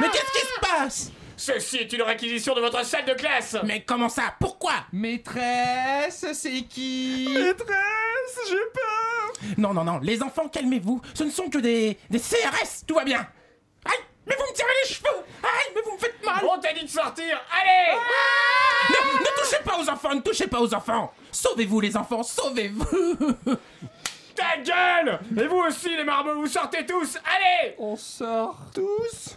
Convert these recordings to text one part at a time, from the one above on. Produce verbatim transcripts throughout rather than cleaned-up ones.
Mais qu'est-ce qui se passe? Ceci est une réquisition de votre salle de classe. Mais comment ça? Pourquoi? Maîtresse, c'est qui? Maîtresse, j'ai peur. Non, non, non, les enfants, calmez-vous. Ce ne sont que des, des C R S, tout va bien. Aïe, mais vous me tirez les cheveux. Aïe, mais vous me faites mal. On t'a dit de sortir, allez. Ne, ne touchez pas aux enfants, ne touchez pas aux enfants. Sauvez-vous les enfants, sauvez-vous. Ta gueule. Et vous aussi les marmots, vous sortez tous, allez. On sort Tous.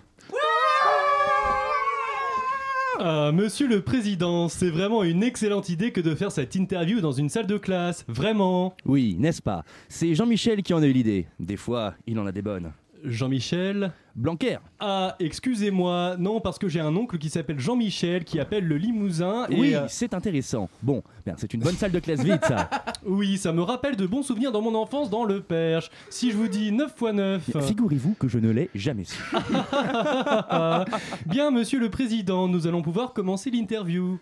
Ah, monsieur le président, c'est vraiment une excellente idée que de faire cette interview dans une salle de classe, vraiment. Oui, n'est-ce pas? C'est Jean-Michel qui en a eu l'idée. Des fois, il en a des bonnes. Jean-Michel? Blanquer. Ah, excusez-moi, non, parce que j'ai un oncle qui s'appelle Jean-Michel, qui appelle le Limousin et... Oui, euh, c'est intéressant. Bon, ben, c'est une bonne salle de classe vide, ça. Oui, ça me rappelle de bons souvenirs dans mon enfance dans le Perche. Si je vous dis neuf fois neuf... Figurez-vous que je ne l'ai jamais su. Bien, monsieur le président, nous allons pouvoir commencer l'interview.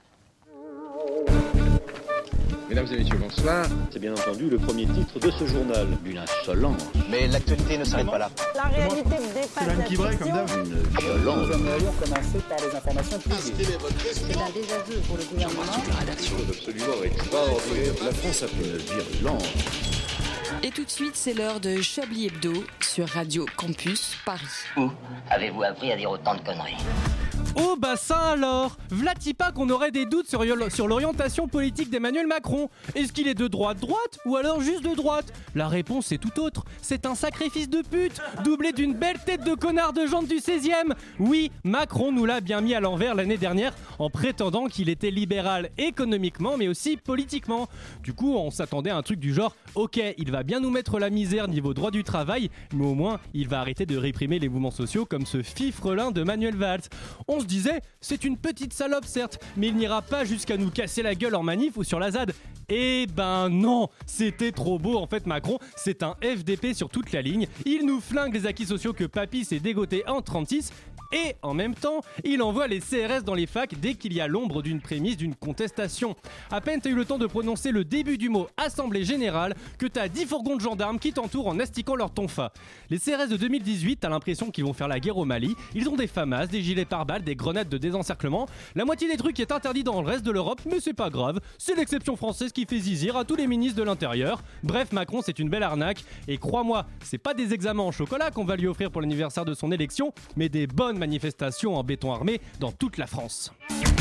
Mesdames et messieurs, bonsoir. C'est bien entendu le premier titre de ce journal. Une insolence. Mais l'actualité ne s'arrête pas là. La réalité dépasse la qui braille, comme d'hab. Une violence. Nous aimerions commencer par les informations privées. C'est un désaveu pour le gouvernement. La rédaction absolument extraordinaire. La France a fait une virulence. Et tout de suite, c'est l'heure de Chablis Hebdo sur Radio Campus Paris. Où avez-vous appris à dire autant de conneries? Oh bah ça alors, v'là-t-il pas qu'on aurait des doutes sur, sur l'orientation politique d'Emmanuel Macron? Est-ce qu'il est de droite droite ou alors juste de droite? La réponse est tout autre, c'est un sacrifice de pute, doublé d'une belle tête de connard de jante du seizième. Oui, Macron nous l'a bien mis à l'envers l'année dernière en prétendant qu'il était libéral économiquement mais aussi politiquement. Du coup on s'attendait à un truc du genre, ok, il va bien nous mettre la misère niveau droit du travail, mais au moins il va arrêter de réprimer les mouvements sociaux comme ce fifrelin de Manuel Valls. On se disait, c'est une petite salope certes, mais il n'ira pas jusqu'à nous casser la gueule en manif ou sur la Z A D. Eh ben non, c'était trop beau en fait. Macron, c'est un F D P sur toute la ligne, il nous flingue les acquis sociaux que Papy s'est dégoté en trente-six. Et en même temps, il envoie les C R S dans les facs dès qu'il y a l'ombre d'une prémisse d'une contestation. À peine t'as eu le temps de prononcer le début du mot Assemblée Générale que t'as dix fourgons de gendarmes qui t'entourent en astiquant leur tonfa. Les C R S de deux mille dix-huit, t'as l'impression qu'ils vont faire la guerre au Mali. Ils ont des FAMAS, des gilets pare-balles, des grenades de désencerclement. La moitié des trucs est interdit dans le reste de l'Europe, mais c'est pas grave. C'est l'exception française qui fait zizir à tous les ministres de l'Intérieur. Bref, Macron, c'est une belle arnaque. Et crois-moi, c'est pas des examens en chocolat qu'on va lui offrir pour l'anniversaire de son élection, mais des bonnes manifestations en béton armé dans toute la France.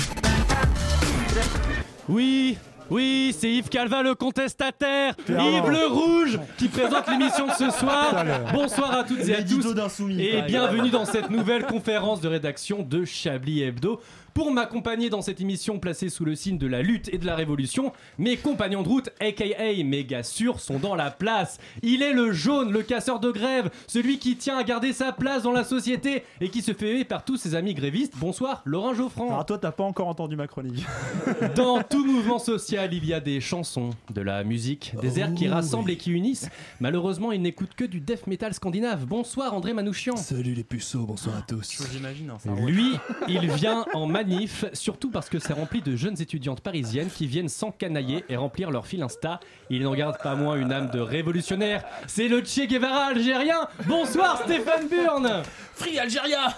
Oui, oui, c'est Yves Calva le contestataire, Yves le Rouge qui présente l'émission de ce soir. Bonsoir à toutes et à tous et bienvenue dans cette nouvelle conférence de rédaction de Chablis Hebdo. Pour m'accompagner dans cette émission placée sous le signe de la lutte et de la révolution, mes compagnons de route, aka méga sûrs, sont dans la place. Il est le jaune, le casseur de grève, celui qui tient à garder sa place dans la société et qui se fait aimer par tous ses amis grévistes. Bonsoir, Laurent Geoffrand. Alors toi, t'as pas encore entendu ma chronique. Dans tout mouvement social, il y a des chansons, de la musique, des airs qui rassemblent et qui unissent. Malheureusement, ils n'écoutent que du death metal scandinave. Bonsoir, André Manouchian. Salut les puceaux, bonsoir à tous. J'imagine. Hein, Lui, il vient en manif, surtout parce que c'est rempli de jeunes étudiantes parisiennes qui viennent s'encanailler et remplir leur fil Insta. Il n'en garde pas moins une âme de révolutionnaire. C'est le Che Guevara algérien. Bonsoir Stéphane Burn. Free Algéria.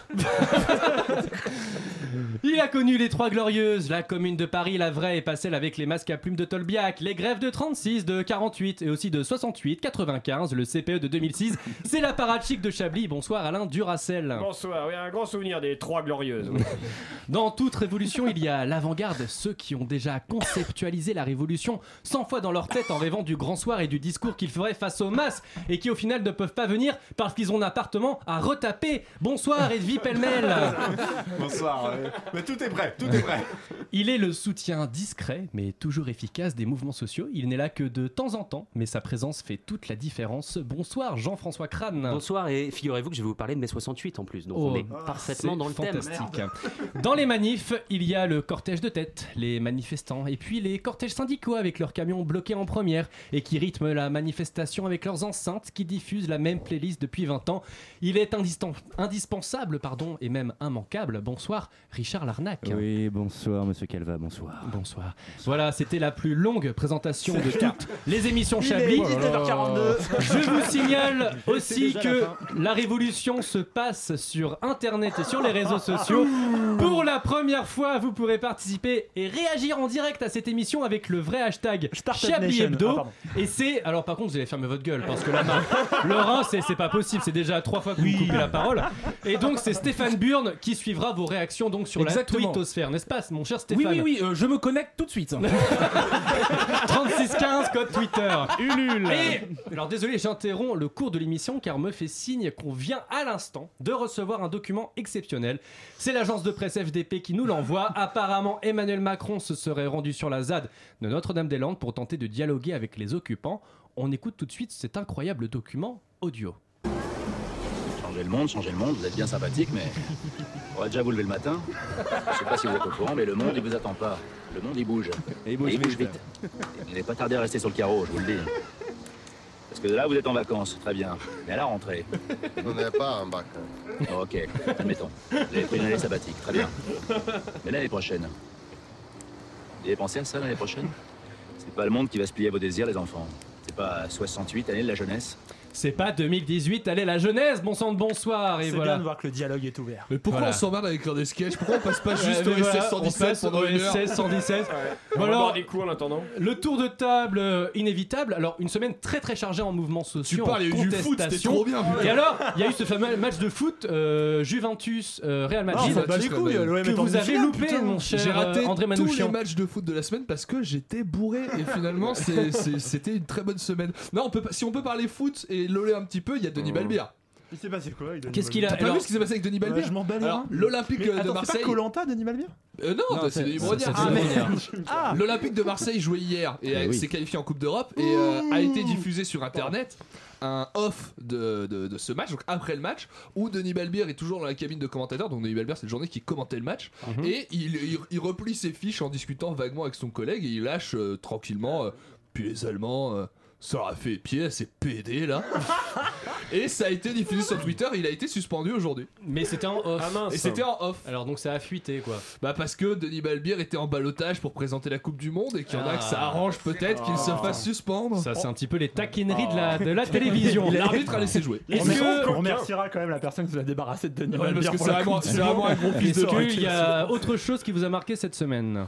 Il a connu les Trois Glorieuses, la Commune de Paris, la vraie et pas celle avec les masques à plumes de Tolbiac, les grèves de trente-six, de quarante-huit et aussi de soixante-huit, quatre-vingt-quinze, le C P E de deux mille six. C'est la parade chic de Chablis. Bonsoir Alain Duracell. Bonsoir, oui, un grand souvenir des Trois Glorieuses. Oui. Dans toute révolution, il y a l'avant-garde, ceux qui ont déjà conceptualisé la révolution cent fois dans leur tête en rêvant du grand soir et du discours qu'ils feraient face aux masses et qui au final ne peuvent pas venir parce qu'ils ont un appartement à retaper. Bonsoir Edwy Pellemel. Bonsoir, ouais. Mais tout est prêt, tout est prêt. Il est le soutien discret mais toujours efficace des mouvements sociaux. Il n'est là que de temps en temps, mais sa présence fait toute la différence. Bonsoir Jean-François Crane. Bonsoir, et figurez-vous que je vais vous parler de mai soixante-huit en plus, donc oh, on est ah, parfaitement dans le fantastique. thème. Dans les manifs, il y a le cortège de tête, les manifestants, et puis les cortèges syndicaux avec leurs camions bloqués en première et qui rythment la manifestation avec leurs enceintes qui diffusent la même playlist depuis vingt ans. Il est indispen- indispensable pardon, et même immanquable. Bonsoir Richard Larnac. Oui, bonsoir Monsieur Calva, bonsoir. Bonsoir. Bonsoir. Voilà, c'était la plus longue présentation de toutes les émissions Il Chablis. est dix-neuf heures quarante-deux. Je vous signale aussi déjà que la fin. la révolution se passe sur Internet et sur les réseaux sociaux. Pour la première fois, vous pourrez participer et réagir en direct à cette émission avec le vrai hashtag Chablis Nation. Hebdo. Ah, pardon. Et c'est... Alors par contre, vous allez fermer votre gueule parce que là, Laurent, c'est, c'est pas possible. C'est déjà trois fois que vous me coupez la parole. Et donc, c'est Stéphane Burn qui suivra vos réactions donc sur Exactement. la twittosphère, n'est-ce pas, mon cher Oui, Stéphane? oui, oui, euh, je me connecte tout de suite. trente-six quinze, code Twitter. Ulule. Et, alors désolé, j'interromps le cours de l'émission car me fait signe qu'on vient à l'instant de recevoir un document exceptionnel. C'est l'agence de presse F D P qui nous l'envoie. Apparemment, Emmanuel Macron se serait rendu sur la ZAD de Notre-Dame-des-Landes pour tenter de dialoguer avec les occupants. On écoute tout de suite cet incroyable document audio. Changer le monde, changer le monde, vous êtes bien sympathique, mais faudrait déjà vous lever le matin. Je sais pas si vous êtes au courant, mais le monde, il vous attend pas. Le monde, il bouge. Et il bouge Et il bouge vite. vite. Il n'est pas tardé à rester sur le carreau, je vous le dis. Parce que là, vous êtes en vacances, très bien. Mais à la rentrée. On n'est pas en bac. Oh, ok, admettons. Vous avez pris une année sabbatique, très bien. Mais l'année prochaine. Vous avez pensé à ça l'année prochaine? C'est pas le monde qui va se plier à vos désirs, les enfants. C'est pas soixante-huit années de la jeunesse. C'est pas deux mille dix-huit, allez la jeunesse, bon sang de bonsoir. Et C'est voilà. bien de voir que le dialogue est ouvert. Mais pourquoi Voilà. on s'emmerde avec un des sketchs? Pourquoi on passe pas juste Ouais, au mais S S voilà, cent on dix-sept passe pendant au une heure? S S cent dix-sept. On Bon, va alors, boire des coups en attendant. le tour de table euh, inévitable. Alors une semaine très très chargée en mouvements sociaux. Tu parles, en il y a eu du foot, c'était contestation. trop bien, putain. Et alors, il y a eu ce fameux match de foot euh, Juventus euh, Real Ah, Madrid ça bat les couilles, l'O M que est en vous avez demi-finale, loupé, putain. mon cher J'ai raté euh, André tous les Manouchian. matchs de foot de la semaine parce que j'étais bourré et finalement c'est- c'est- c'était une très bonne semaine. Non, on peut, pas- si on peut parler foot et loler un petit peu, il y a Denis Balbir. Il s'est passé quoi avec Denis Qu'est-ce qu'il a T'as pas alors- vu ce qui s'est passé avec Denis Balbir? Ouais, je m'en bats les Alors, reins. l'Olympique Mais de attends, Marseille. c'est pas Koh-Lanta, Denis Balbir Euh, non, Non, c'est c'est- des c'est- Brognards. c'est Ah, des merde. Brognards. Ah. L'Olympique de Marseille jouait hier et Eh a- oui. s'est qualifié en Coupe d'Europe et euh, a été diffusé sur internet un off de, de, de ce match, donc après le match, où Denis Balbir est toujours dans la cabine de commentateur. Donc Denis Balbir, c'est le journaliste qui commentait le match Mhm. et il, il, il replie ses fiches en discutant vaguement avec son collègue et il lâche euh, tranquillement. euh, puis les Allemands. euh, Ça leur a fait pied à ces P D là. Et ça a été diffusé sur Twitter. Il a été suspendu aujourd'hui. Mais c'était en off. Ah mince. Et c'était en off. Alors donc ça a fuité quoi. Bah parce que Denis Balbir était en ballottage pour présenter la Coupe du Monde et qu'il y en a Ah. que ça arrange peut-être qu'il se fasse suspendre. Ça c'est un petit peu les taquineries de la, de la télévision. L'arbitre a laissé jouer. Est-ce On que on remerciera quand même la personne qui nous a débarrassé de Denis Ouais, parce Balbir que pour c'est la vraiment, Coupe du c'est vraiment un Monde. gros fils est-ce de qu'il y a autre chose qui vous a marqué cette semaine?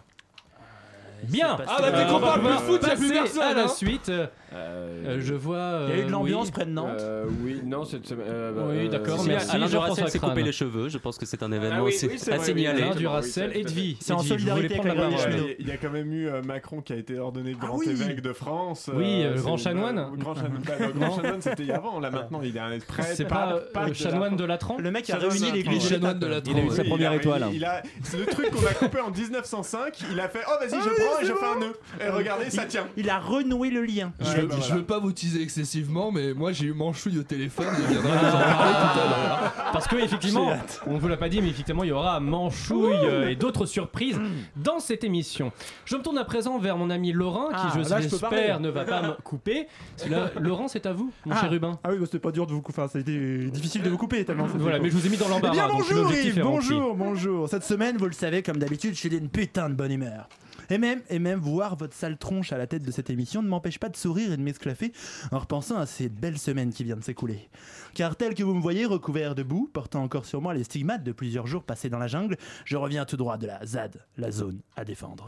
Bien. Ah bah dès qu'on Euh, parle on va plus de foot, il y a plus passer personne, à la hein. suite. Euh, Euh, je vois. Il y a eu de euh, l'ambiance oui. près de Nantes. euh, oui, non, cette semaine. euh, bah, Oui, euh, d'accord, si, merci. Alain Jean-François Duracell s'est Crane. coupé les cheveux, je pense que c'est un événement Ah oui, aussi oui, c'est à vrai, signaler. oui, Alain oui, Duracell, oui, tout à fait. Edwy. C'est en Edwy, solidarité vous voulez avec prendre la la Grande parole? Cheminée. Il y a quand même eu euh, Macron qui a été ordonné grand Ah oui. évêque de France. Oui, euh, c'est- grand chanoine. bah, grand chanoine, bah, le grand chanoine, c'était il y a avant. Là maintenant, il est un prêtre. C'est pas euh, le chanoine de Latran? Le mec a Chanoine réuni de l'église Les des chanoines de papes. la Il a eu Trente. sa Oui, première il a- étoile. il a- C'est le truc qu'on a coupé en dix-neuf cent cinq. Il a fait oh vas-y je prends et je fais un nœud. Et regardez ça tient. Il a renoué le lien. Je, Ouais, veux, bah, je voilà. veux pas vous teaser excessivement, mais moi j'ai eu Manchouille au téléphone et il viendra nous en parler tout à l'heure. Parce que effectivement, on ne vous l'a pas dit, mais effectivement, il y aura Manchouille euh, et d'autres surprises dans cette émission. Je me tourne à présent vers mon ami Laurent, qui Ah, je là, je peux parler. l'espère ne va pas me couper. C'est là- Laurent, c'est à vous, mon Ah. chérubin. Ah oui, bah, c'était pas dur de vous couper. Enfin, c'était difficile de vous couper tellement. c'était Voilà, beau. mais je vous ai mis dans Eh l'embarras. bien donc bonjour l'objectif Yves, est rempli. bonjour, bonjour. Cette semaine, vous le savez, comme d'habitude, je suis d'une putain de bonne humeur. Et même, et même voir votre sale tronche à la tête de cette émission ne m'empêche pas de sourire et de m'esclaffer en repensant à cette belle semaine qui vient de s'écouler. Car tel que vous me voyez recouvert de boue, portant encore sur moi les stigmates de plusieurs jours passés dans la jungle, je reviens tout droit de la ZAD, la zone à défendre.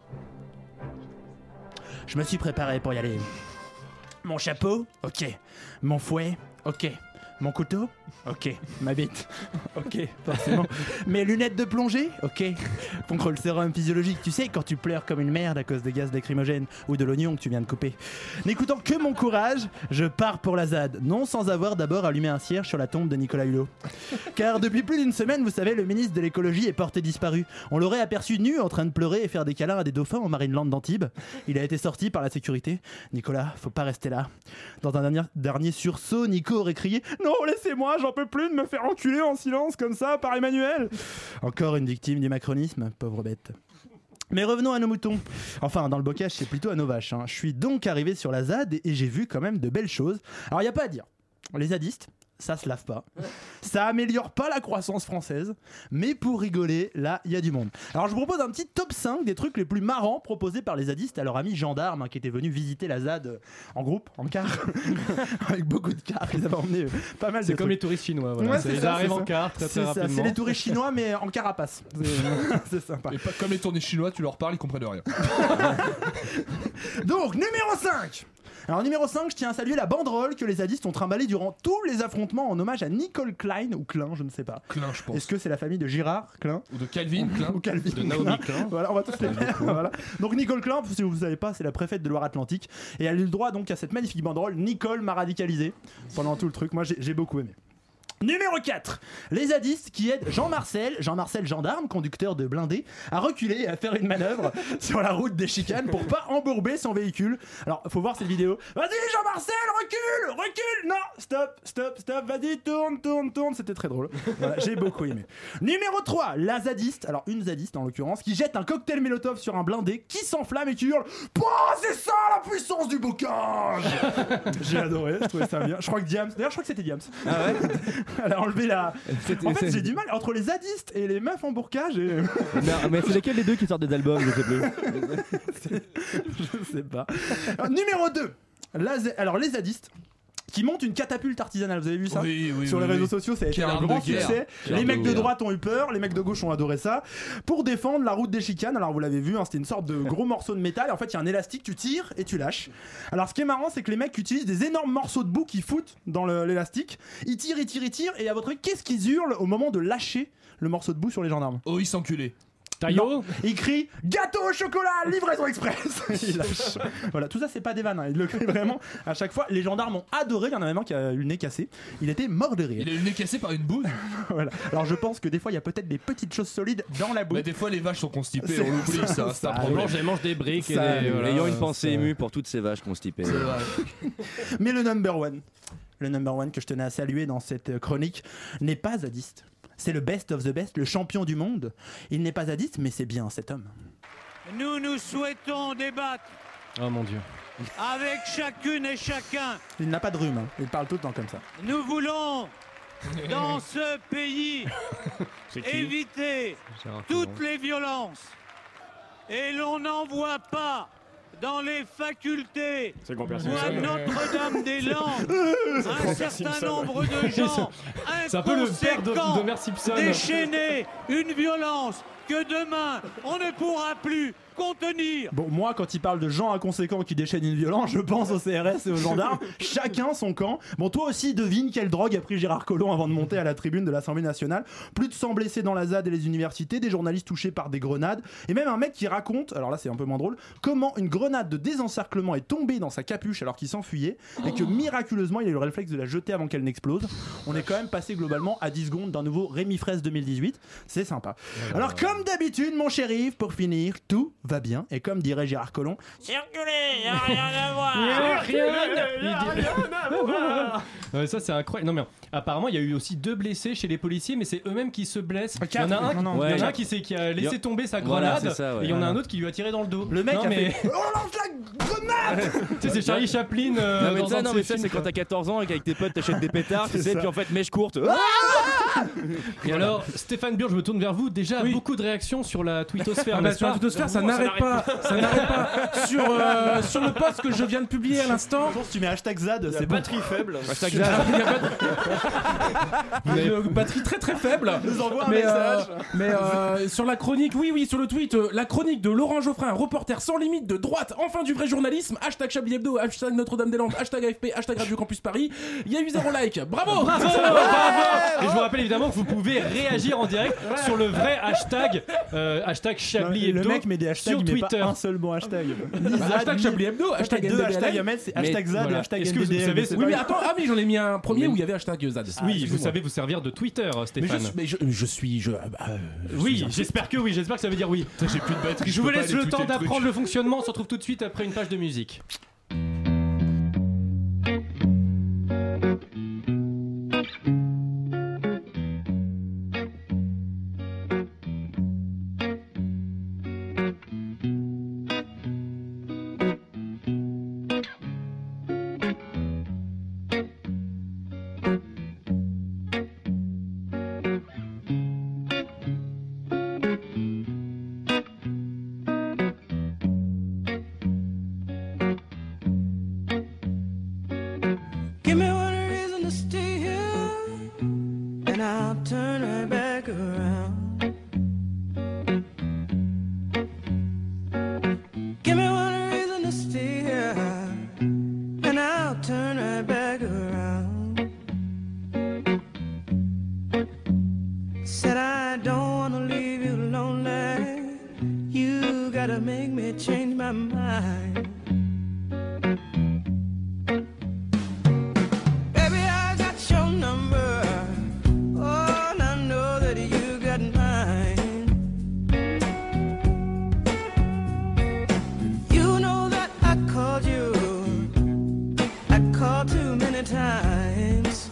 Je me suis préparé pour y aller. Mon chapeau, ok. Mon fouet, ok. Mon couteau, ok. Ma bite, ok, forcément. Mes lunettes de plongée, ok. Contre le sérum physiologique, tu sais, quand tu pleures comme une merde à cause des gaz lacrymogènes ou de l'oignon que tu viens de couper. N'écoutant que mon courage, je pars pour la ZAD, non sans avoir d'abord allumé un cierge sur la tombe de Nicolas Hulot. Car depuis plus d'une semaine, vous savez, le ministre de l'écologie est porté disparu. On l'aurait aperçu nu en train de pleurer et faire des câlins à des dauphins en Marineland d'Antibes. Il a été sorti par la sécurité. Nicolas, faut pas rester là. Dans un dernier, dernier sursaut, Nico aurait crié « Non, laissez-moi, j'en peux plus de me faire enculer en silence comme ça par Emmanuel !» Encore une victime du macronisme, pauvre bête. Mais revenons à nos moutons. Enfin, dans le bocage, c'est plutôt à nos vaches. hein. Je suis donc arrivé sur la ZAD et, et j'ai vu quand même de belles choses. Alors, il n'y a pas à dire. Les zadistes, ça se lave pas. Ça améliore pas la croissance française. Mais pour rigoler, là, il y a du monde. Alors je vous propose un petit top cinq des trucs les plus marrants proposés par les zadistes à leur ami gendarme hein, qui était venu visiter la Z A D euh, en groupe, en car, avec beaucoup de cars. Ils avaient emmené euh, pas mal de C'est trucs. comme les touristes chinois. Voilà. Ouais, Ça, c'est ils ça, arrivent c'est en ça. car très très C'est ça, rapidement. c'est les touristes chinois mais en carapace. C'est, c'est sympa. Et pas, comme les tournées chinois, tu leur parles, ils comprennent rien. Donc, numéro cinq. Alors, numéro cinq, je tiens à saluer la banderole que les zadistes ont trimballée durant tous les affrontements en hommage à Nicole Klein, ou Klein, je ne sais pas. Klein, je pense. Est-ce que c'est la famille de Girard Klein Ou de Calvin Klein. Ou Calvin De Naomi Klein. Voilà, on va tous les faire. Voilà. Donc, Nicole Klein, si vous ne savez pas, c'est la préfète de Loire-Atlantique. Et elle a eu le droit donc à cette magnifique banderole. Nicole m'a radicalisé pendant tout le truc. Moi, j'ai, j'ai beaucoup aimé. Numéro quatre, les zadistes qui aident Jean-Marcel, Jean-Marcel gendarme, conducteur de blindé, à reculer et à faire une manœuvre sur la route des chicanes pour pas embourber son véhicule. Alors, faut voir cette vidéo. Vas-y Jean-Marcel, recule, recule. Non, stop, stop, stop, vas-y, tourne, tourne, tourne. C'était très drôle. Voilà, j'ai beaucoup aimé. Numéro trois, la zadiste, alors une zadiste en l'occurrence, qui jette un cocktail Molotov sur un blindé, qui s'enflamme et qui hurle « Pouah, c'est ça la puissance du bocage !» J'ai adoré, je trouvais ça bien. Je crois que Diams, d'ailleurs je crois que c'était Diams. Ah ouais. Elle a enlevé la. C'était- En fait, c'est- j'ai du mal entre les zadistes et les meufs en burqa. J'ai... Non, mais c'est lesquels des deux qui sortent des albums, je sais plus. je sais pas. Alors, numéro deux. La za- Alors, les zadistes qui montent une catapulte artisanale. Vous avez vu ça Oui, oui, sur oui, les réseaux oui. sociaux? Ça a été Quelle un arme grand de guerre. succès. Quelle Les arme mecs de de guerre. droite ont eu peur, les mecs de gauche ont adoré ça. Pour défendre la route des chicanes, alors vous l'avez vu, hein, c'était une sorte de gros morceau de métal. Et en fait, il y a un élastique, tu tires et tu lâches. Alors, ce qui est marrant, c'est que les mecs utilisent des énormes morceaux de boue qu'ils foutent dans le- l'élastique. Ils tirent, ils tirent, ils tirent. Et à votre avis, qu'est-ce qu'ils hurlent au moment de lâcher le morceau de boue sur les gendarmes? Oh, ils s'enculaient. Taillot. Il crie gâteau au chocolat, livraison express. Il lâche. Voilà, tout ça c'est pas des vannes, hein. Il le crie vraiment à chaque fois. Les gendarmes ont adoré. Il y en a même un qui a eu le nez cassé. Il était mort de rire. Il a eu le nez cassé par une boule. Voilà. Alors je pense que des fois il y a peut-être des petites choses solides dans la boue. Mais des fois, les vaches sont constipées, C'est- on l'oublie, ça, c'est un ça, problème. Mange, elles mangent des briques. Et Ça, des, voilà, Ayant une ça- pensée émue pour toutes ces vaches constipées. C'est vrai. Mais le number one, le number one que je tenais à saluer dans cette chronique n'est pas zadiste. C'est le best of the best, le champion du monde. Il n'est pas zadiste, mais c'est bien cet homme. Nous nous souhaitons débattre Oh mon dieu. avec chacune et chacun. Il n'a pas de rhume, hein. Il parle tout le temps comme ça. Nous voulons, dans ce pays, C'est qui éviter toutes les violences. Et l'on n'en voit pas dans les facultés C'est le grand-père ou à Simpson. Notre-Dame-des-Landes un certain Simpson. nombre de gens C'est un peu le père de- inconséquents d'Homer Simpson. déchaîner une violence que demain on ne pourra plus contenir. Bon, moi, quand il parle de gens inconséquents qui déchaînent une violence, je pense au C R S et aux gendarmes. Chacun son camp. Bon, toi aussi, devine quelle drogue a pris Gérard Collomb avant de monter à la tribune de l'Assemblée nationale. Plus de cent blessés dans la Z A D et les universités, des journalistes touchés par des grenades, et même un mec qui raconte, alors là c'est un peu moins drôle, comment une grenade de désencerclement est tombée dans sa capuche alors qu'il s'enfuyait, et que miraculeusement il a eu le réflexe de la jeter avant qu'elle n'explose. On est quand même passé globalement à dix secondes d'un nouveau Rémi Fraisse deux mille dix-huit. C'est sympa. Alors, comme d'habitude, mon shérif, pour finir, tout va bien. Et comme dirait Gérard Collomb, Circulez, y a rien à voir. Y a rien Il y a rien à voir. Ouais, ça c'est incroyable. Non mais apparemment il y a eu aussi deux blessés chez les policiers, mais c'est eux-mêmes qui se blessent. Il y en a un, Non, non, il y en a ouais. un qui, s'est- qui a laissé Il y a- tomber sa Voilà, grenade, c'est ça, ouais. et il y en a Voilà. un autre qui lui a tiré dans le dos. le mec non, a mais... fait on lance la grenade. tu sais, c'est Charlie Chaplin. euh, Non mais dans ça, un de non ses mais ça films, c'est quoi. quand t'as quatorze ans et qu'avec tes potes t'achètes des pétards, tu C'est sais, ça. puis en fait mèche courte. Ah Et alors, Stéphane Burr, je me tourne vers vous. Déjà, Oui. beaucoup de réactions sur la tweetosphère. Ah bah, n'est-ce sur la pas twittosphère, ça n'arrête pas, ça n'arrête pas. Sur, euh, sur le post que je viens de publier à l'instant, Je pense que tu mets hashtag Z A D, c'est bon. Batterie faible. Hashtag il y Zaz. a pas de- une batterie très très faible. Nous envoie un Mais, message. euh, mais euh, sur la chronique, oui, oui, sur le tweet, euh, la chronique de Laurent Geoffrin, reporter sans limite de droite, enfin du vrai journalisme, hashtag Chablis Hebdo, hashtag Notre-Dame-des-Landes, hashtag A F P, hashtag Radio Campus Paris. Il y a eu zéro like. Bravo, Bravo, bravo. Et je vous rappelle évidemment que vous pouvez réagir en direct sur le vrai hashtag, euh, hashtag Chablis Le Hebdo mec met des hashtags, sur il met Twitter. pas un seul bon hashtag. Ni Bah, Z A D, hashtag ni- Chablis Hebdo, hashtag deux N D B L. hashtags à mettre, c'est hashtag Z A D et voilà. hashtag Est-ce que vous N D B L, savez- mais c'est Oui, pas mais grave. attends, ah oui, j'en ai mis un premier Mais- où il y avait hashtag Z A D. Oui, vous excuse-moi. savez vous servir de Twitter, Mais je, Stéphane. suis- mais je, je suis. Je, euh, je Oui, suis un- j'espère que oui, j'espère que ça veut dire oui. Putain, j'ai plus de batterie. Je vous peux pas laisse aller le temps tweeter le truc. d'apprendre le fonctionnement, on se retrouve tout de suite après une page de musique. Said I don't wanna leave you lonely. You gotta make me change my mind. Baby, I got your number. Oh, and I know that you got mine. You know that I called you. I called too many times.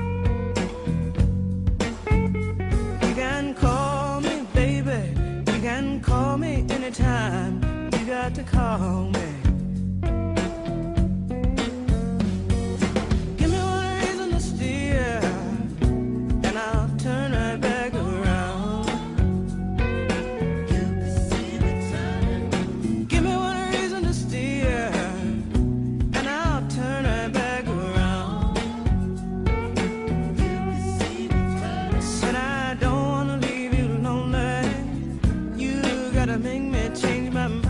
You can call me, baby. You can call me anytime. You got to call me. Give me one reason to steer, and I'll turn right back around. Give me one reason to steer, and I'll turn right back around. Said I don't wanna leave you lonely. You gotta make me change my mind.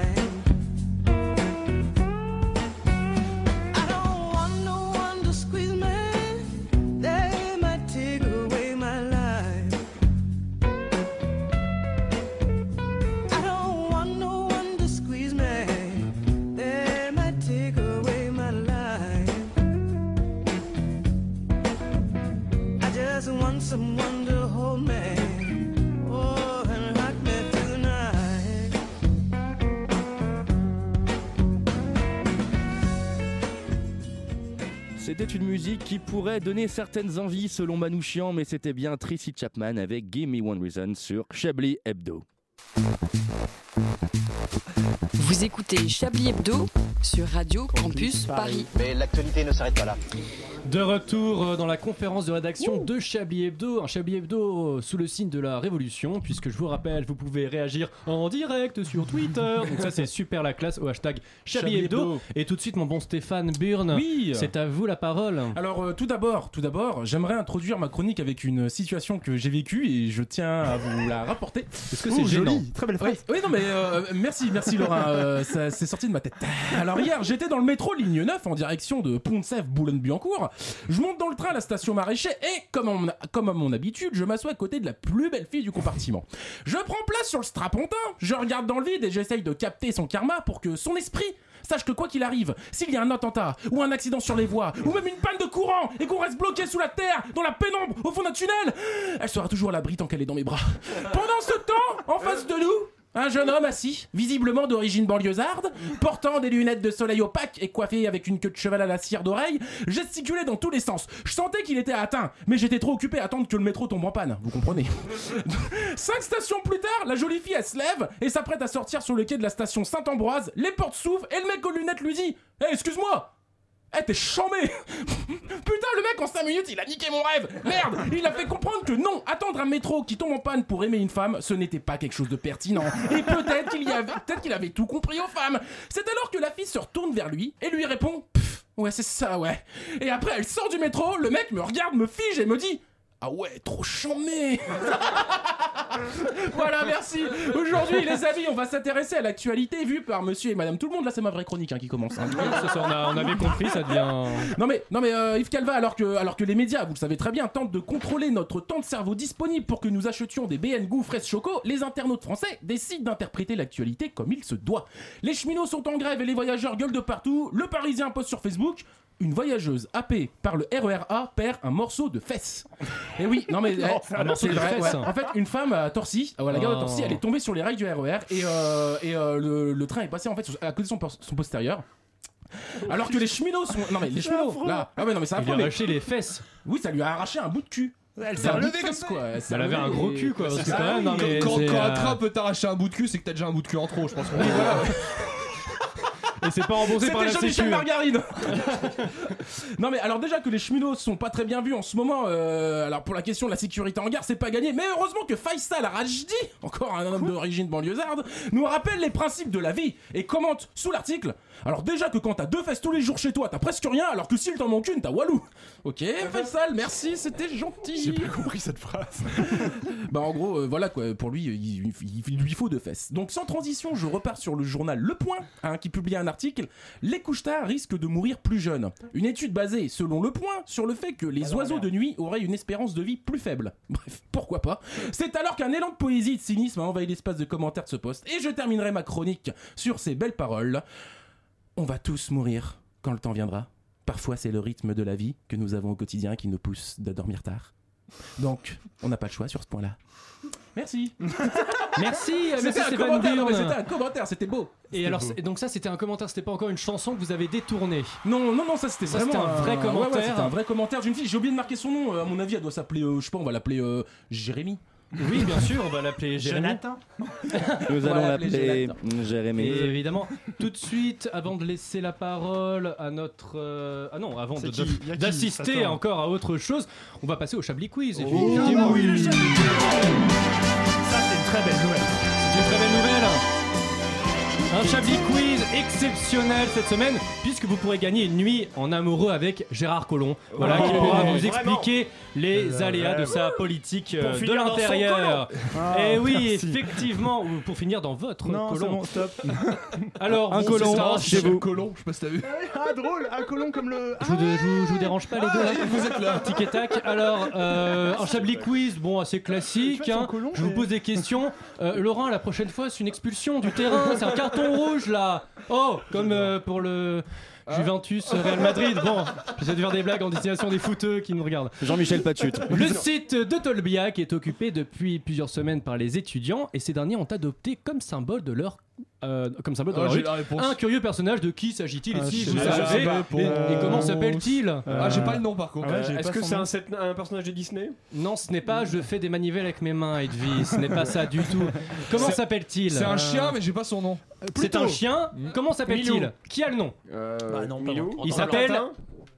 I don't want no one to squeeze me. They might take away my life. I don't want no one to squeeze me. They might take away my life. I just want someone to hold me. Oh, and rock me through the night. C'était une musique qui pourrait donner certaines envies selon Manouchian, mais c'était bien Tracy Chapman avec Give Me One Reason sur Chablis Hebdo. Vous écoutez Chablis Hebdo sur Radio Campus Paris. Mais l'actualité ne s'arrête pas là. De retour dans la conférence de rédaction de Chablis Hebdo, un Chablis Hebdo sous le signe de la révolution, puisque je vous rappelle, vous pouvez réagir en direct sur Twitter. Donc ça c'est super la classe au hashtag Chablis Hebdo. Et tout de suite mon bon Stéphane Burn, Oui. c'est à vous la parole. Alors euh, tout d'abord, tout d'abord, j'aimerais introduire ma chronique avec une situation que j'ai vécue et je tiens à vous la rapporter. Est-ce que c'est oh, gênant? Très belle phrase. Oui, oui non mais euh, merci, merci Laurent, euh, ça c'est sorti de ma tête. Alors hier, j'étais dans le métro ligne neuf en direction de Pont-de-Sèvres Boulogne-Billancourt. Je monte dans le train à la station Maraîcher et comme, en, comme à mon habitude, je m'assois à côté de la plus belle fille du compartiment. Je prends place sur le strapontin, je regarde dans le vide et j'essaye de capter son karma pour que son esprit sache que quoi qu'il arrive, s'il y a un attentat ou un accident sur les voies ou même une panne de courant et qu'on reste bloqué sous la terre, dans la pénombre, au fond d'un tunnel, elle sera toujours à l'abri tant qu'elle est dans mes bras. Pendant ce temps, en face de nous, un jeune homme assis, visiblement d'origine banlieusarde, portant des lunettes de soleil opaques et coiffé avec une queue de cheval à la cire d'oreille, gesticulait dans tous les sens. Je sentais qu'il était atteint, mais j'étais trop occupé à attendre que le métro tombe en panne, vous comprenez. Cinq stations plus tard, la jolie fille elle se lève et s'apprête à sortir sur le quai de la station Saint-Ambroise, les portes s'ouvrent et le mec aux lunettes lui dit « Hé, hey, excuse-moi !» Eh, t'es chambé. Putain, le mec en cinq minutes il a niqué mon rêve. Merde, il a fait comprendre que non, attendre un métro qui tombe en panne pour aimer une femme, ce n'était pas quelque chose de pertinent. Et peut-être qu'il y avait, peut-être qu'il avait tout compris aux femmes. C'est alors que la fille se retourne vers lui et lui répond Pff, ouais c'est ça ouais. Et après elle sort du métro, le mec me regarde, me fige et me dit ah ouais, trop chambé. Voilà, merci. Aujourd'hui, les amis, on va s'intéresser à l'actualité vue par monsieur et madame tout le monde. Là, c'est ma vraie chronique hein, qui commence. Hein. Oui, ça, ça, on, a, on avait compris, ça devient... Non mais, non mais euh, Yves Calva, alors que, alors que les médias, vous le savez très bien, tentent de contrôler notre temps de cerveau disponible pour que nous achetions des B N Goût fraises choco, les internautes français décident d'interpréter l'actualité comme il se doit. Les cheminots sont en grève et les voyageurs gueulent de partout. Le Parisien poste sur Facebook une voyageuse happée par le R E R A perd un morceau de fesse. Et oui, non mais non, eh, un morceau c'est de vrai. fesse. Ouais. En fait, une femme à Torcy, à la gare de Torcy, elle est tombée sur les rails du R E R et, euh, et euh, le, le train est passé en fait à côté de son, son postérieur. Alors que les cheminots sont, non mais les cheminots là, ah ouais non mais ça a arraché les fesses. Oui, ça lui a arraché un bout de cul. Elle s'est relevée comme ça. Quoi. Elle, elle avait un gros cul quoi. Parce que quand même, non, mais quand, quand euh... un train peut t'arracher un bout de cul, c'est que t'as déjà un bout de cul en trop, je pense. Oui, voilà. Et c'est pas remboursé par la C'était Jean-Michel Sécu. Margarine. Non mais alors déjà que les cheminots sont pas très bien vus en ce moment, euh, alors pour la question de la sécurité en gare c'est pas gagné, mais heureusement que Faisal Rajdi, encore un homme d'origine banlieusarde, nous rappelle les principes de la vie et commente sous l'article. Alors déjà que quand t'as deux fesses tous les jours chez toi t'as presque rien, alors que s'il t'en manque une t'as Walou. Ok Faisal, merci, c'était gentil. J'ai pas compris cette phrase. Bah en gros euh, voilà quoi, pour lui il, il, il lui faut deux fesses. Donc sans transition je repars sur le journal Le Point hein, qui publie un article l'article, les couche-tard risquent de mourir plus jeunes. Une étude basée, selon Le Point, sur le fait que les oiseaux de nuit auraient une espérance de vie plus faible. Bref, pourquoi pas. C'est alors qu'un élan de poésie et de cynisme a envahi l'espace de commentaires de ce post. Et je terminerai ma chronique sur ces belles paroles. On va tous mourir quand le temps viendra. Parfois, c'est le rythme de la vie que nous avons au quotidien qui nous pousse de dormir tard. Donc, on n'a pas le choix sur ce point-là. Merci. Merci, C'était merci un Stéphane commentaire, non, mais Burn. c'était un commentaire, c'était beau. Et C'était alors, beau. et donc ça, c'était un commentaire, c'était pas encore une chanson que vous avez détournée. Non, non, non, ça c'était Ça, vraiment c'était un vrai ouais, ouais, commentaire. c'était un vrai commentaire d'une fille. J'ai oublié de marquer son nom. euh, À mon avis, elle doit s'appeler, euh, je sais pas, on va l'appeler euh, Jérémy. Oui, bien sûr, on va l'appeler Jérémy. Jonathan. Nous Voilà, allons l'appeler l'appeler Jérémy. Et évidemment, tout de suite, avant de laisser la parole à notre... euh, Ah non, avant C'est de- qui de- Y a qui d'assister Attends. encore à autre chose, on va passer au Chablis Quiz. Oh, effectivement. oui, le Chablis Ça, c'est une très belle nouvelle. C'est une très belle nouvelle. Un Chablis Quiz exceptionnel cette semaine, puisque vous pourrez gagner une nuit en amoureux avec Gérard Collomb. Voilà, qui Oh, pourra vous vraiment. expliquer les Euh, aléas de ouais. sa politique Pour euh, de finir dans son l'intérieur. Collomb. Et Ah, oui, merci. effectivement, ou pour finir dans votre Non, c'est Collomb. bon, stop. Alors, Un bon, Collomb c'est ça, chez je- vous. Colomb, je sais pas si t'as vu. Ah, drôle, un colon comme le. Je vous, je, vous, je vous dérange pas les deux Ah, là vous êtes là. Tic et tac. Alors, euh, un Chablis Quiz, bon, assez classique. Hein. Je vous pose des questions. Euh, Laurent, la prochaine fois, c'est une expulsion du terrain. C'est un carton rouge là. Oh, comme euh, pour le Juventus Real Madrid. Bon, j'essaie de faire des blagues en destination des footeux qui nous regardent. Jean-Michel Patchut. Le site de Tolbiac est occupé depuis plusieurs semaines par les étudiants et ces derniers ont adopté comme symbole de leur euh, comme symbole de Ah, leur j'ai lutte la réponse. un curieux personnage. De qui s'agit-il Ah, ici je Vous sais savez. pas. Et, et comment s'appelle-t-il Ah, j'ai pas le nom par contre. Ah ouais, j'ai Est-ce pas que son c'est nom. un, set- un personnage de Disney? Non, ce n'est pas je fais des manivelles avec mes mains, Edwy. Ce n'est pas ça du tout. Comment C'est- s'appelle-t-il C'est un chien, mais j'ai pas son nom. C'est un chien. Comment s'appelle-t-il Milou. Qui a le nom Euh, Bah non, pas Milou. moi. Il s'appelle Valentin.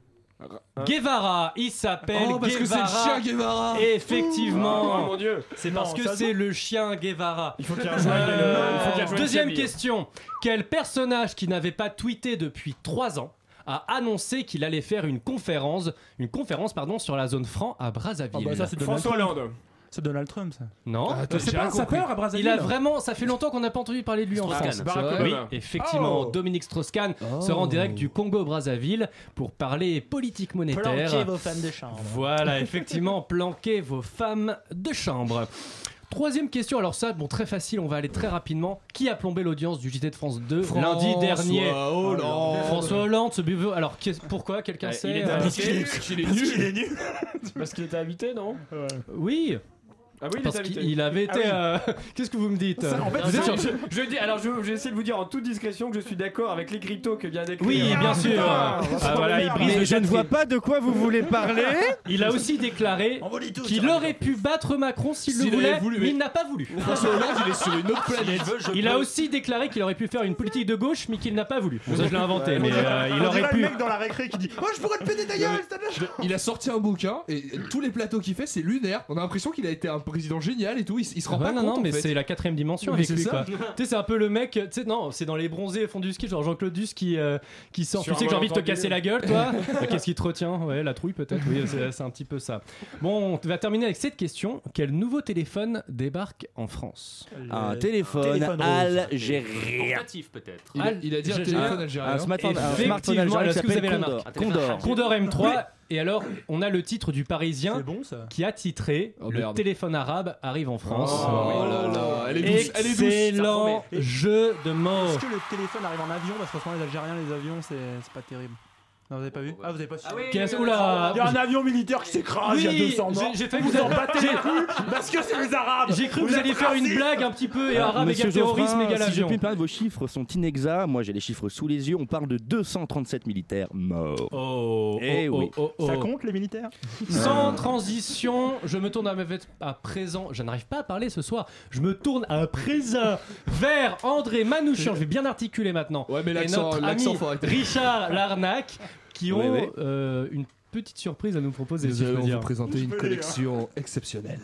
Guevara. Il s'appelle Oh, parce que c'est le Guevara. chien Guevara. Effectivement. Oh mon dieu. C'est Non, parce que ça c'est se- le chien Guevara. Il faut qu'il rejoigne Euh, le- il faut qu'il rejoigne Deuxième Chablis. question. Quel personnage qui n'avait pas tweeté depuis trois ans a annoncé qu'il allait faire une conférence, une conférence pardon, sur la zone franc à Brazzaville? Ah bah ça, c'est Donald François Trump. Hollande. C'est Donald Trump, ça. Non. Ah, attends, C'est j'ai pas rien un sapeur compris. à Brazzaville. Il a vraiment, ça fait longtemps qu'on n'a pas entendu parler de lui en Strauss-Kahn. France. Barack vrai Oui, Obama. effectivement, Oh. Dominique Strauss-Kahn Oh. se rend en direct du Congo-Brazzaville pour parler politique monétaire. Planquez vos femmes de chambre. Voilà, effectivement, planquez vos femmes de chambre. Troisième question, alors ça, bon, très facile, on va aller très rapidement. Qui a plombé l'audience du J T de France deux lundi dernier? François Hollande. François Hollande, ce buveux. Alors, qu'est- pourquoi quelqu'un Euh, sait il était euh, invité. Parce qu'il est nul. Parce qu'il était invité, non? Oui, Ah oui, il parce était invité. qu'il avait été. Ah oui. euh, Qu'est-ce que vous me dites Ça, en fait, Vous êtes je, sur- je, je dis, alors je, je vais essayer de vous dire en toute discrétion que je suis d'accord avec l'écriteau que vient d'écrire. Oui, bien sûr. Ah, Ah, voilà, il brise Mais le je ne vois quatrième. pas de quoi vous voulez parler. Il a aussi déclaré qu'il aurait pu battre Macron s'il le S'il voulait, avait voulu, mais mais- il n'a pas voulu. François Hollande, il est sur une autre planète. Il a aussi déclaré qu'il aurait pu faire une politique de gauche, mais qu'il n'a pas voulu. Bon, ça, je l'ai inventé, Ouais, mais euh, il On aurait dirait pu. le mec dans la récré qui dit Oh, je pourrais te péter ta gueule, c'est ta gueule. Il a sorti un bouquin et tous les plateaux qu'il fait, c'est lunaire. On a l'impression qu'il a été un président génial et tout. Il, s- il se rend Ouais, pas non, compte. non, en mais fait. c'est la quatrième dimension Mais avec c'est lui, ça. quoi. Tu sais, c'est un peu le mec, tu sais, non, c'est dans les bronzés au fond du ski, genre Jean-Claude Duss qui, euh, qui sort. Sur Tu sais un que j'ai envie de te malentendu. casser la gueule, toi. Bah, qu'est-ce qui te retient? Ouais, la trouille, peut-être. Oui, c'est c'est un petit peu ça. Bon, on va terminer avec cette question. Quel nouveau téléphone débarque en France? Un téléphone, téléphone rose. algérien. Portatif peut-être. Il a, il a dit un Je- téléphone Un algérien. smartphone, un smartphone Effectivement, algérien qui est-ce que vous avez s'appelle la Condor. marque Condor. Condor M trois. Et alors, on a le titre du Parisien C'est bon, ça. qui a titré Oh, Le merde. téléphone arabe arrive en France. Oh là là, elle est douce. Elle est douce. Excellent jeu de mots. Est-ce que le téléphone arrive en avion? Parce que franchement, les Algériens, les avions, c'est c'est pas terrible. Non, vous avez pas vu? Ah, vous avez pas su. Ah oui, Qu'est-ce- oui, Oula. Il y a un avion militaire qui s'écrase, il y a Oui, deux cents morts. j'ai- j'ai fait que vous vous en avez- battez les couilles parce que c'est les Arabes. J'ai cru que vous êtes alliez faire une racistes. blague un petit peu et arabe Monsieur égale terrorisme Geoffrin, égale si je avion. puis me permettre, vos chiffres sont inexacts. Moi, j'ai les chiffres sous les yeux. On parle de deux cent trente-sept militaires morts. Oh, Eh oh, oui. oh, oh, Ça oh. compte, les militaires? Sans transition, je me tourne à, à présent. Je n'arrive pas à parler ce soir. Je me tourne à présent vers André Manouchian. Je vais bien articuler maintenant. Ouais, mais Et l'accent, notre l'accent, ami faut arrêter. Richard Larnac, qui ont Oui, oui. euh, une petite surprise à nous proposer. si Nous je peux allons dire. vous présenter une collection exceptionnelle.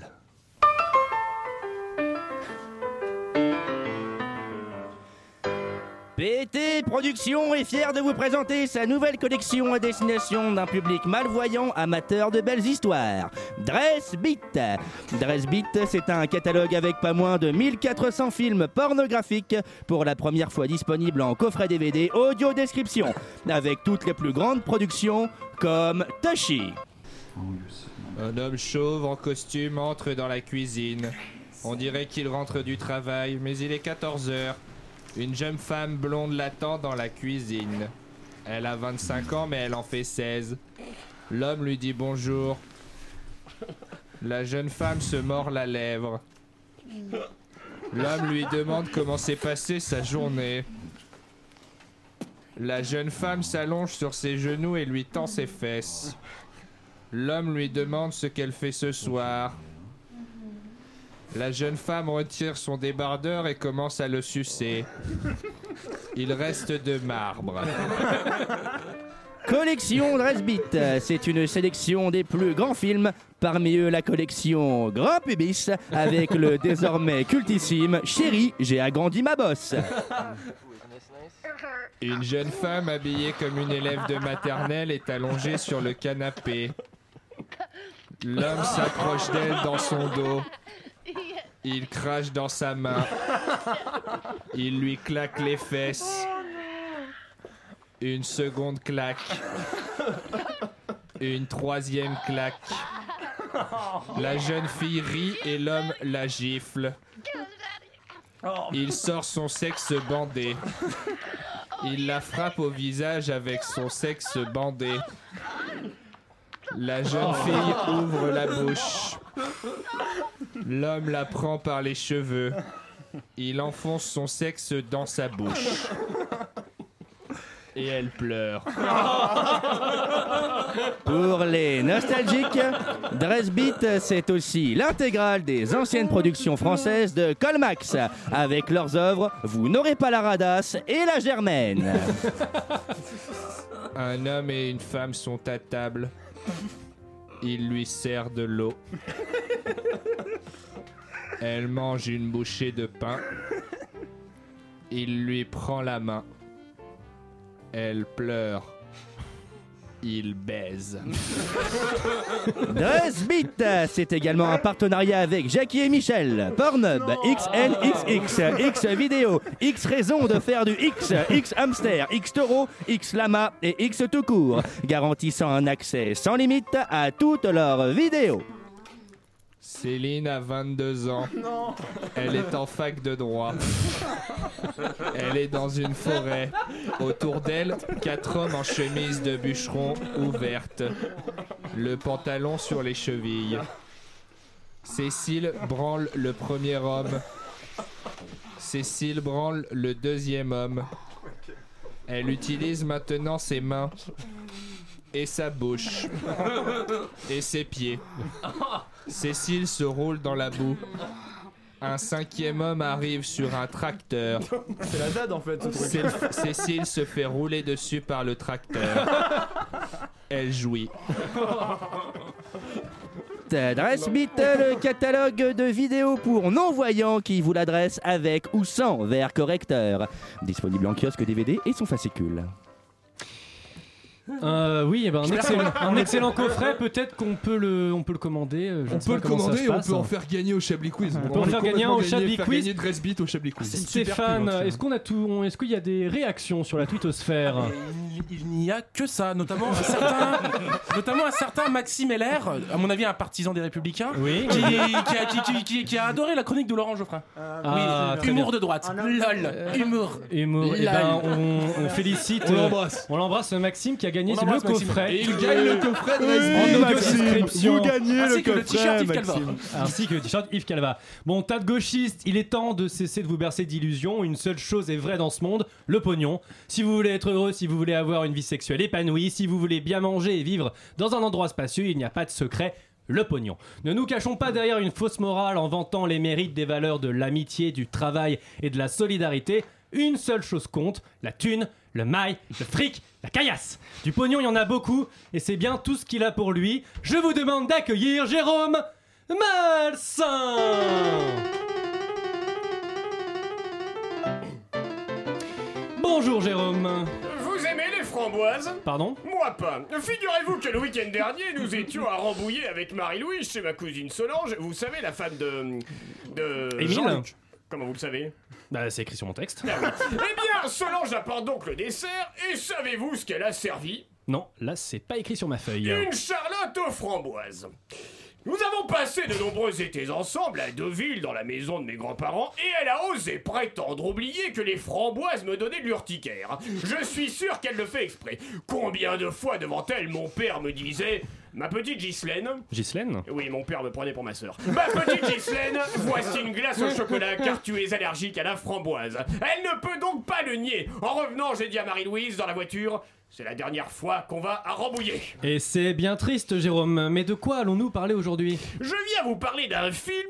Pété, Productions est fier de vous présenter sa nouvelle collection à destination d'un public malvoyant amateur de belles histoires. Dress Beat. Dress Beat, c'est un catalogue avec pas moins de mille quatre cents films pornographiques pour la première fois disponible en coffret D V D audio description avec toutes les plus grandes productions comme Tashi. Un homme chauve en costume entre dans la cuisine. On dirait qu'il rentre du travail, mais il est quatorze heures. Une jeune femme blonde l'attend dans la cuisine. Elle a vingt-cinq ans, mais elle en fait seize. L'homme lui dit bonjour. La jeune femme se mord la lèvre. L'homme lui demande comment s'est passée sa journée. La jeune femme s'allonge sur ses genoux et lui tend ses fesses. L'homme lui demande ce qu'elle fait ce soir. La jeune femme retire son débardeur et commence à le sucer. Il reste de marbre. Collection Dress Beat, c'est une sélection des plus grands films, parmi eux la collection Grand Pubis, avec le désormais cultissime Chérie, j'ai agrandi ma bosse. Une jeune femme habillée comme une élève de maternelle est allongée sur le canapé. L'homme s'approche d'elle dans son dos. Il crache dans sa main. Il lui claque les fesses. Une seconde claque. Une troisième claque. La jeune fille rit et l'homme la gifle. Il sort son sexe bandé. Il la frappe au visage avec son sexe bandé. La jeune fille ouvre la bouche. L'homme la prend par les cheveux. Il enfonce son sexe dans sa bouche. Et elle pleure. Pour les nostalgiques, Dress Beat, c'est aussi l'intégrale des anciennes productions françaises de Colmax, avec leurs œuvres Vous n'aurez pas la radasse et La Germaine. Un homme et une femme sont à table. Il lui sert de l'eau. Elle mange une bouchée de pain. Il lui prend la main. Elle pleure. Il baise. Dress Beat, c'est également un partenariat avec Jackie et Michel, Pornhub, X N X X, X Vidéo, X Raison de faire du X, X Hamster, X Taureau, X Lama et X tout court, garantissant un accès sans limite à toutes leurs vidéos. Céline a vingt-deux ans. Non. Elle est en fac de droit. Elle est dans une forêt. Autour d'elle, quatre hommes en chemise de bûcheron ouverte. Le pantalon sur les chevilles. Cécile branle le premier homme. Cécile branle le deuxième homme. Elle utilise maintenant ses mains. Et sa bouche. Et ses pieds. Cécile se roule dans la boue. Un cinquième homme arrive sur un tracteur. C'est la dade en fait ce truc. Cé- Cécile se fait rouler dessus par le tracteur. Elle jouit. Dress Beat, le catalogue de vidéos pour non-voyants qui vous l'adresse avec ou sans verre correcteur. Disponible en kiosque D V D et son fascicule. Euh, oui, eh ben, un, excellent, un excellent coffret. Peut-être qu'on peut le, on peut le commander. euh, je On ne sais peut pas le comment ça commander se et on passe, peut en hein. faire gagner au Chablis Quiz. On peut en faire gagner un au Chablis faire Quiz. gagner Dress Beat au Chablis Quiz. Stéphane, est-ce qu'on a tout, on- est-ce qu'il y a des réactions sur la twittosphère? Il, il n'y a que ça, notamment un certain, notamment un certain Maxime Heller, à mon avis un partisan des Républicains, Oui. qui, qui a, qui- qui- qui- qui a adoré la chronique de Laurent Geoffrin. Ah, oui, très humour bien. de droite. Lol, humour. Humour. Eh ben, on, on félicite. On euh, l'embrasse. On l'embrasse, Maxime, qui a gagné On le embrasse Maxime. coffret. Et il gagne le coffret de Oui, Dress Beat. en audio Maxime, description. vous gagnez Ainsi le que le t-shirt coffret, Yves Calva. Maxime. Ainsi que le t-shirt Yves Calva. Bon, tas de gauchistes, il est temps de cesser de vous bercer d'illusions. Une seule chose est vraie dans ce monde, le pognon. Si vous voulez être heureux, si vous voulez avoir une vie sexuelle épanouie, si vous voulez bien manger et vivre dans un endroit spacieux, il n'y a pas de secret. Le pognon. Ne nous cachons pas derrière une fausse morale en vantant les mérites des valeurs de l'amitié, du travail et de la solidarité. Une seule chose compte, la thune, le mail, le fric, la caillasse. Du pognon, il y en a beaucoup, et c'est bien tout ce qu'il a pour lui. Je vous demande d'accueillir Jérôme Malsain. Bonjour Jérôme. Vous aimez les framboises? Pardon? Moi pas. Figurez-vous que le week-end dernier, nous étions à Rambouillet avec Marie-Louise chez ma cousine Solange. Vous savez, la femme de... de... Émile. Jean-Luc. Comment vous le savez? Bah, c'est écrit sur mon texte. Ah oui. Eh bien, Solange apporte donc le dessert, et savez-vous ce qu'elle a servi? Non, là, c'est pas écrit sur ma feuille. Une charlotte aux framboises. Nous avons passé de nombreux étés ensemble à Deauville dans la maison de mes grands-parents et elle a osé prétendre oublier que les framboises me donnaient de l'urticaire. Je suis sûr qu'elle le fait exprès. Combien de fois devant elle mon père me disait « Ma petite Ghislaine... » Ghislaine? Oui, mon père me prenait pour ma sœur. « Ma petite Ghislaine, voici une glace au chocolat car tu es allergique à la framboise. » Elle ne peut donc pas le nier. En revenant, j'ai dit à Marie-Louise dans la voiture... C'est la dernière fois qu'on va à Rambouillet. Et c'est bien triste, Jérôme. Mais de quoi allons-nous parler aujourd'hui? Je viens vous parler d'un film...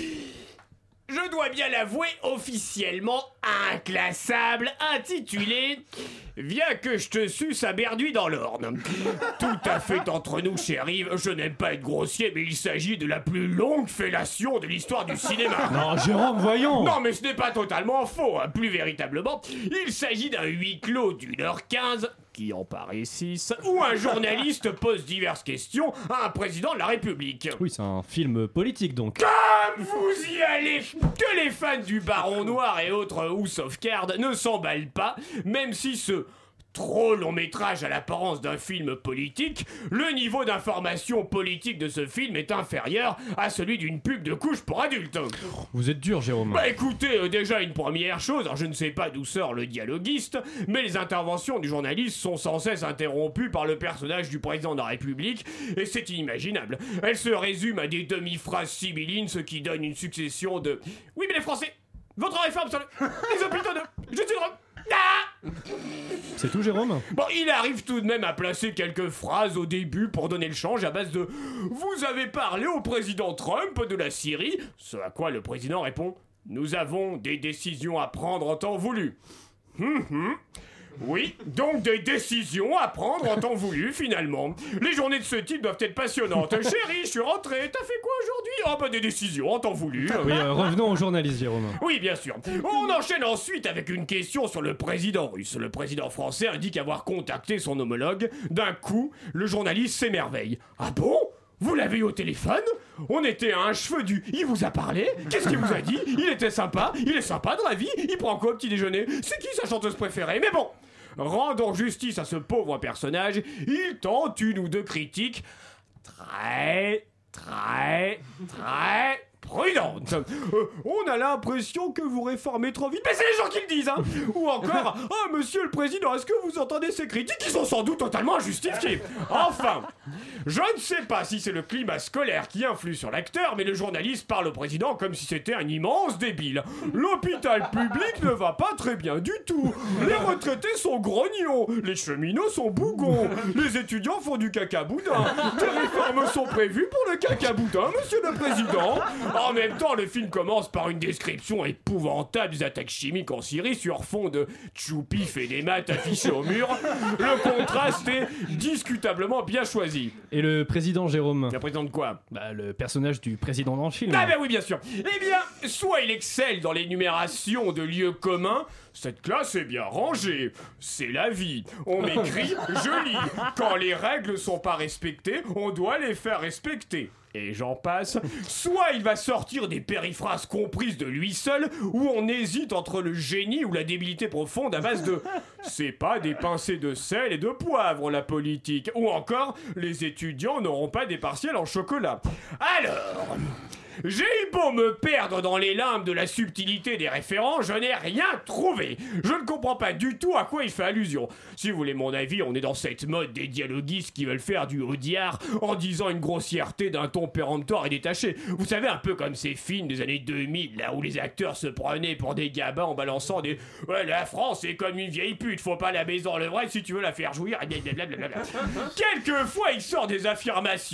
Je dois bien l'avouer, officiellement inclassable, intitulé « Viens que je te suce à Berduy dans l'Orne ». Tout à fait entre nous, chérie, je n'aime pas être grossier, mais il s'agit de la plus longue fellation de l'histoire du cinéma. Non, Jérôme, voyons. Non, mais ce n'est pas totalement faux, hein. Plus véritablement, il s'agit d'un huis clos d'une heure quinze, qui en paraît six, où un journaliste pose diverses questions à un président de la République. Oui, c'est un film politique, donc. Comme vous y allez, que les fans du Baron Noir et autres House of Cards ne s'emballent pas, même si ce trop long métrage à l'apparence d'un film politique, le niveau d'information politique de ce film est inférieur à celui d'une pub de couche pour adultes. Vous êtes dur, Jérôme. Bah écoutez, euh, déjà une première chose, alors je ne sais pas d'où sort le dialoguiste, mais les interventions du journaliste sont sans cesse interrompues par le personnage du président de la République, et c'est inimaginable. Elles se résument à des demi-phrases sibyllines, ce qui donne une succession de... Oui mais les Français, votre réforme sur le... les hôpitaux de... Je suis drôle. Ah C'est tout, Jérôme? Bon, il arrive tout de même à placer quelques phrases au début pour donner le change à base de « Vous avez parlé au président Trump de la Syrie ?» Ce à quoi le président répond « Nous avons des décisions à prendre en temps voulu. Hum, hum. » Oui, donc des décisions à prendre en temps voulu, finalement. Les journées de ce type doivent être passionnantes. Chérie, je suis rentré, t'as fait quoi aujourd'hui? Oh bah des décisions en temps voulu. Oui, euh, revenons au journaliste, Jérôme. Oui, bien sûr. On enchaîne ensuite avec une question sur le président russe. Le président français indique avoir contacté son homologue. D'un coup, le journaliste s'émerveille. Ah bon? Vous l'avez eu au téléphone? On était à un cheveu du... Il vous a parlé? Qu'est-ce qu'il vous a dit? Il était sympa? Il est sympa dans la vie? Il prend quoi au petit déjeuner? C'est qui sa chanteuse préférée? Mais bon, rendons justice à ce pauvre personnage. Il tente une ou deux critiques très, très, très... prudente. Euh, on a l'impression que vous réformez trop vite. Mais c'est les gens qui le disent, hein. Ou encore, ah, monsieur le président, est-ce que vous entendez ces critiques qui sont sans doute totalement injustifiées? Enfin, je ne sais pas si c'est le climat scolaire qui influe sur l'acteur, mais le journaliste parle au président comme si c'était un immense débile. L'hôpital public ne va pas très bien du tout. Les retraités sont grognons. Les cheminots sont bougons. Les étudiants font du caca boudin. Des réformes sont prévues pour le caca boudin, monsieur le président. En même temps, le film commence par une description épouvantable des attaques chimiques en Syrie sur fond de Tchoupif et des maths affichés au mur. Le contraste est discutablement bien choisi. Et le président, Jérôme? Le président de quoi? Bah, le personnage du président dans le film. Ah ben oui, bien sûr. Eh bien, soit il excelle dans l'énumération de lieux communs. Cette classe est bien rangée. C'est la vie. On m'écrit, je lis. Quand les règles sont pas respectées, on doit les faire respecter. Et j'en passe. Soit il va sortir des périphrases comprises de lui seul, où on hésite entre le génie ou la débilité profonde à base de « c'est pas des pincées de sel et de poivre la politique » ou encore « les étudiants n'auront pas des partiels en chocolat ». Alors... j'ai eu beau me perdre dans les limbes de la subtilité des référents, je n'ai rien trouvé. Je ne comprends pas du tout à quoi il fait allusion. Si vous voulez mon avis, on est dans cette mode des dialoguistes qui veulent faire du audiard en disant une grossièreté d'un ton péremptoire et détaché. Vous savez, un peu comme ces films des années deux mille, là où les acteurs se prenaient pour des gabins en balançant des « ouais, la France est comme une vieille pute, faut pas la baiser dans le vrai si tu veux la faire jouir. » Quelquefois, il sort des affirmations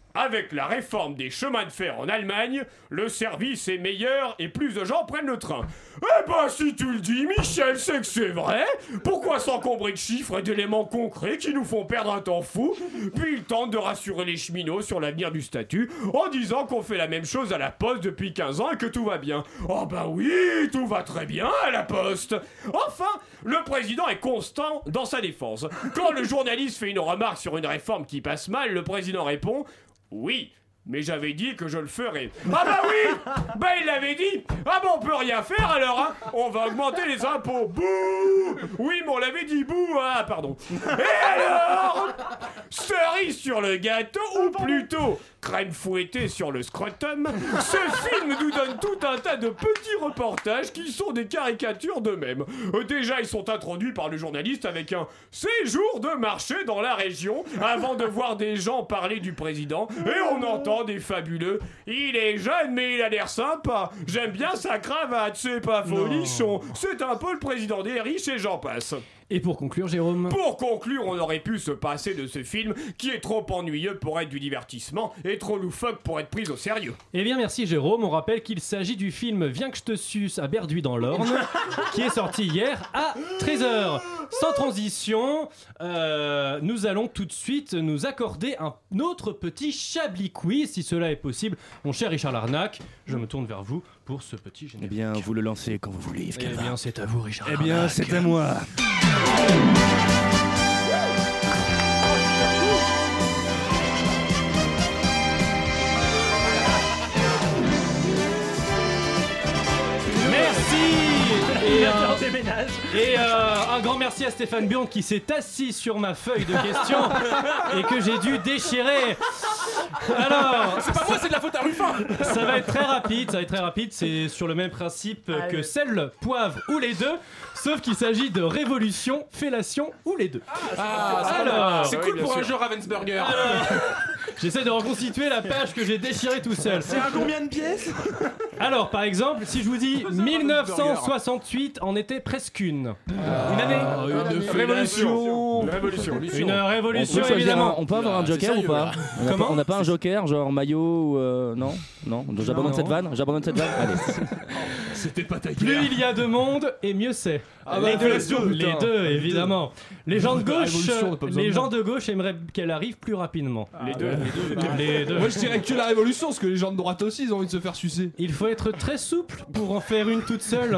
Avec la réforme des chemins de fer en Allemagne, le service est meilleur et plus de gens prennent le train. Eh ben si tu le dis, Michel, c'est que c'est vrai. Pourquoi s'encombrer de chiffres et d'éléments concrets qui nous font perdre un temps fou? Puis il tente de rassurer les cheminots sur l'avenir du statut en disant qu'on fait la même chose à la Poste depuis quinze ans et que tout va bien. Oh ben oui, tout va très bien à la Poste. Enfin, le président est constant dans sa défense. Quand le journaliste fait une remarque sur une réforme qui passe mal, le président répond: oui, mais j'avais dit que je le ferais. Ah bah oui, bah il l'avait dit. Ah bah on peut rien faire alors, hein. On va augmenter les impôts. Bouh. Oui, mais on l'avait dit, bouh. Ah pardon. Et alors, cerise sur le gâteau, ou plutôt crème fouettée sur le scrotum, ce film nous donne tout un tas de petits reportages qui sont des caricatures d'eux-mêmes. Euh, déjà, ils sont introduits par le journaliste avec un séjour de marché dans la région avant de voir des gens parler du président, et on entend des fabuleux: il est jeune mais il a l'air sympa, j'aime bien sa cravate, c'est pas folichon, c'est un peu le président des riches et j'en passe. Et pour conclure, Jérôme? Pour conclure, on aurait pu se passer de ce film qui est trop ennuyeux pour être du divertissement et trop loufoque pour être pris au sérieux. Eh bien merci Jérôme, on rappelle qu'il s'agit du film Viens que je te suce à Berduy dans l'Orne, qui est sorti hier à treize heures. Sans transition, euh, nous allons tout de suite nous accorder un autre petit Chablis quiz, si cela est possible. Mon cher Richard Larnac, je me tourne vers vous pour ce petit générique. Eh bien, vous le lancez quand vous voulez, Yves Eh Calva. bien, c'est à vous, Richard Eh bien, Larnac. c'est à moi. Et, euh, et euh, un grand merci à Stéphane Burn qui s'est assis sur ma feuille de questions et que j'ai dû déchirer. Alors, c'est pas moi, c'est de la faute à Ruffin. Ça va être très rapide, ça va être très rapide. C'est sur le même principe Allez. que sel, poivre ou les deux, sauf qu'il s'agit de révolution, fellation ou les deux. Ah, c'est alors, c'est cool pour un jeu Ravensburger. J'essaie de reconstituer la page que j'ai déchirée tout seul. C'est un combien de pièces? Alors, par exemple, si je vous dis mille neuf cent soixante-huit en était presque une. Euh, une année. Une Une révolution. Une révolution. Une révolution, On peut choisir évidemment. un- on peut avoir un Ah, c'est joker ou sérieux, pas là. On a Comment pas- On n'a pas un joker, genre maillot ou. euh, Non Non Donc j'abandonne Non. cette vanne J'abandonne cette vanne Allez. C'était pas ta Plus guerre. il y a de monde, et mieux c'est. Ah bah, les, révolution, deux, les putain. deux, évidemment. Les gens de La gauche, révolution, on n'a pas besoin les de gens monde. de gauche aimeraient qu'elle arrive plus rapidement. Les deux, les deux, les deux. Les deux. Moi je dirais que la révolution, parce que les gens de droite aussi ils ont envie de se faire sucer. Il faut être très souple pour en faire une toute seule.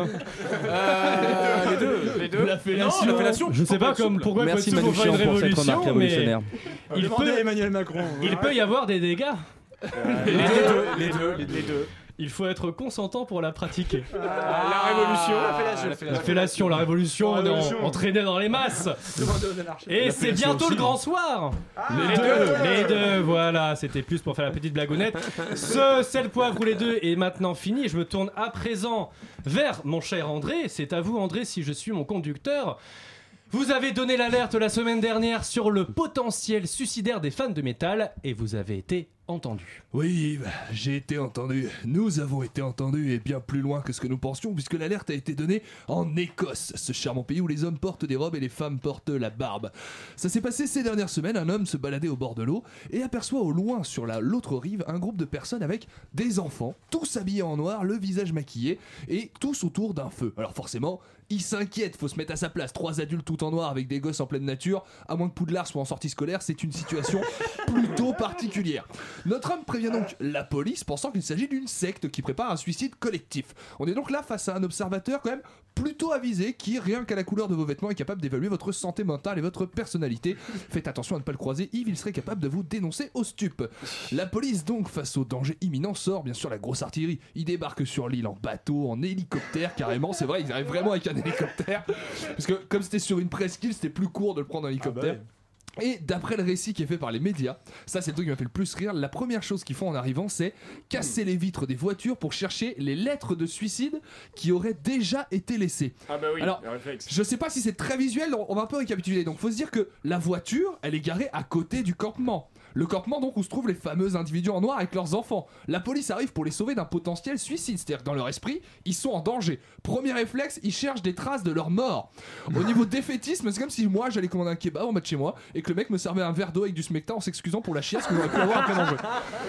Euh, les deux. Les deux. La fellation. Non, la fellation. Je sais pas comme pourquoi il faut être Merci souple pour faire une Manouchian pour cette remarque révolution, mais révolutionnaire. il Demandez à peut, Emmanuel Macron. il peut y avoir des dégâts. Les deux. Les deux. Les deux. Il faut être consentant pour la pratiquer. La révolution. La fellation, la révolution, on est en- entraîné dans les masses. Et c'est bientôt le grand soir. Les deux. Les deux, voilà, c'était plus pour faire la petite blagounette. Ce sel, poivre ou les deux est maintenant fini. Je me tourne à présent vers mon cher André. C'est à vous, André, si je suis mon conducteur. Vous avez donné l'alerte la semaine dernière sur le potentiel suicidaire des fans de métal et vous avez été entendu. Oui, Yves, j'ai été entendu. Nous avons été entendus et bien plus loin que ce que nous pensions, puisque l'alerte a été donnée en Écosse, ce charmant pays où les hommes portent des robes et les femmes portent la barbe. Ça s'est passé ces dernières semaines, un homme se baladait au bord de l'eau et aperçoit au loin, sur la- l'autre rive, un groupe de personnes avec des enfants, tous habillés en noir, le visage maquillé, et tous autour d'un feu. Alors forcément, il s'inquiète, faut se mettre à sa place. Trois adultes tout en noir avec des gosses en pleine nature, à moins que Poudlard soit en sortie scolaire, c'est une situation plutôt particulière. Notre homme prévient donc la police, pensant qu'il s'agit d'une secte qui prépare un suicide collectif. On est donc là face à un observateur quand même plutôt avisé qui, rien qu'à la couleur de vos vêtements, est capable d'évaluer votre santé mentale et votre personnalité. Faites attention à ne pas le croiser, Yves, il serait capable de vous dénoncer au stup. La police donc, face au danger imminent, sort bien sûr la grosse artillerie. Ils débarquent sur l'île en bateau, en hélicoptère carrément, c'est vrai, ils arrivent vraiment avec un hélicoptère. Parce que comme c'était sur une presqu'île, c'était plus court de le prendre en hélicoptère. Et d'après le récit qui est fait par les médias, ça c'est le truc qui m'a fait le plus rire, la première chose qu'ils font en arrivant c'est casser les vitres des voitures pour chercher les lettres de suicide qui auraient déjà été laissées. Ah bah oui, Alors, le réflexe. je sais pas si c'est très visuel, on va un peu récapituler. Donc faut se dire que la voiture, elle est garée à côté du campement. Le campement donc où se trouvent les fameux individus en noir avec leurs enfants. La police arrive pour les sauver d'un potentiel suicide, c'est-à-dire que dans leur esprit, ils sont en danger. Premier réflexe, ils cherchent des traces de leur mort. Au niveau défaitisme, c'est comme si moi j'allais commander un kebab en bas de chez moi et que le mec me servait un verre d'eau avec du smecta en s'excusant pour la chiasse que j'aurais pu avoir après l'enjeu.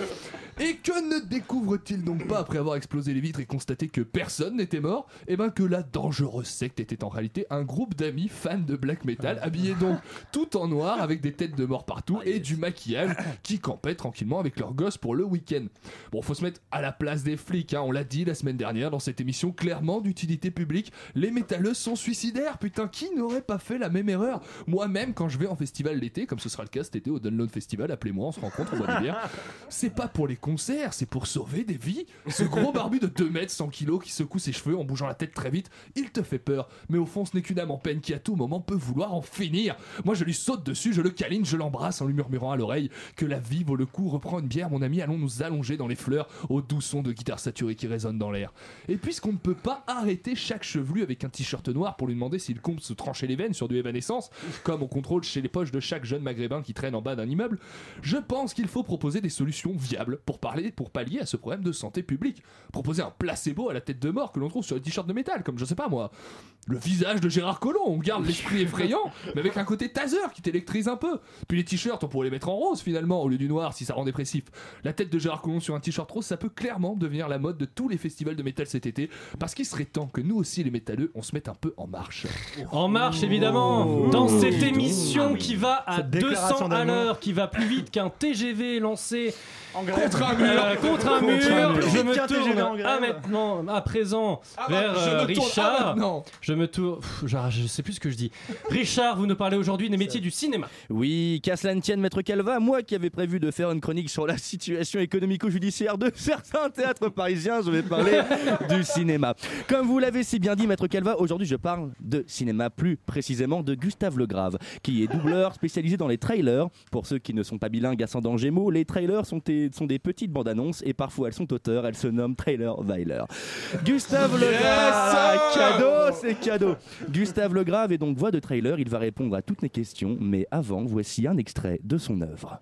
Et que ne découvre-t-il donc pas après avoir explosé les vitres et constaté que personne n'était mort? Et ben que la dangereuse secte était en réalité un groupe d'amis fans de black metal, habillés donc tout en noir avec des têtes de mort partout et du maquillage, qui campaient tranquillement avec leurs gosses pour le week-end. Bon, faut se mettre à la place des flics, hein, on l'a dit la semaine dernière dans cette émission clairement d'utilité publique, les métalleux sont suicidaires, putain, qui n'aurait pas fait la même erreur? Moi-même, quand je vais en festival l'été, comme ce sera le cas cet été au Download Festival, appelez-moi, on se rencontre, on boit des bières, c'est pas pour les concerts, c'est pour sauver des vies. Ce gros barbu de deux mètres, cent kilos, qui secoue ses cheveux en bougeant la tête très vite, il te fait peur, mais au fond ce n'est qu'une âme en peine qui à tout moment peut vouloir en finir. Moi je lui saute dessus, je le câline, je l'embrasse en lui murmurant à l'oreille que la vie vaut le coup. Reprends une bière mon ami, allons nous allonger dans les fleurs au doux son de guitare saturée qui résonne dans l'air. Et puisqu'on ne peut pas arrêter chaque chevelu avec un t-shirt noir pour lui demander s'il compte se trancher les veines sur du Evanescence, comme on contrôle chez les poches de chaque jeune maghrébin qui traîne en bas d'un immeuble, je pense qu'il faut proposer des solutions viables pour parler, pour pallier à ce problème de santé publique. Proposer un placebo à la tête de mort que l'on trouve sur les t-shirts de métal, comme je sais pas moi, le visage de Gérard Collomb, on garde l'esprit effrayant, mais avec un côté taser qui t'électrise un peu. Puis les t-shirts, on pourrait les mettre en rose finalement, au lieu du noir si ça rend dépressif. La tête de Gérard Collomb sur un t-shirt rose, ça peut clairement devenir la mode de tous les festivals de métal cet été, parce qu'il serait temps que nous aussi les métalleux, on se mette un peu en marche. En marche évidemment, oh, dans oh, cette émission oh, qui va à deux cents à l'heure, qui va plus vite qu'un T G V lancé contre un mur, euh, contre un mur. Je me tourne à maintenant, à présent, ah bah, vers euh, Richard. Je me tourne, Pff, genre, je sais plus ce que je dis. Richard, vous nous parlez aujourd'hui des métiers du cinéma. Oui, qu'à cela ne tienne, Maître Calva, moi qui avais prévu de faire une chronique sur la situation économico-judiciaire de certains théâtres parisiens, je vais parler du cinéma. Comme vous l'avez si bien dit, Maître Calva, aujourd'hui je parle de cinéma, plus précisément de Gustave Legrave, qui est doubleur spécialisé dans les trailers. Pour ceux qui ne sont pas bilingues ascendant Gémeaux, les trailers sont des, sont des petites bandes annonces et parfois elles sont auteurs, elles se nomment Trailer Weiler. Gustave Legrave, yes cadeau, c'est cadeau. Gustave Legrave est donc voix de trailer, il va répondre à toutes les questions, mais avant, voici un extrait de son œuvre.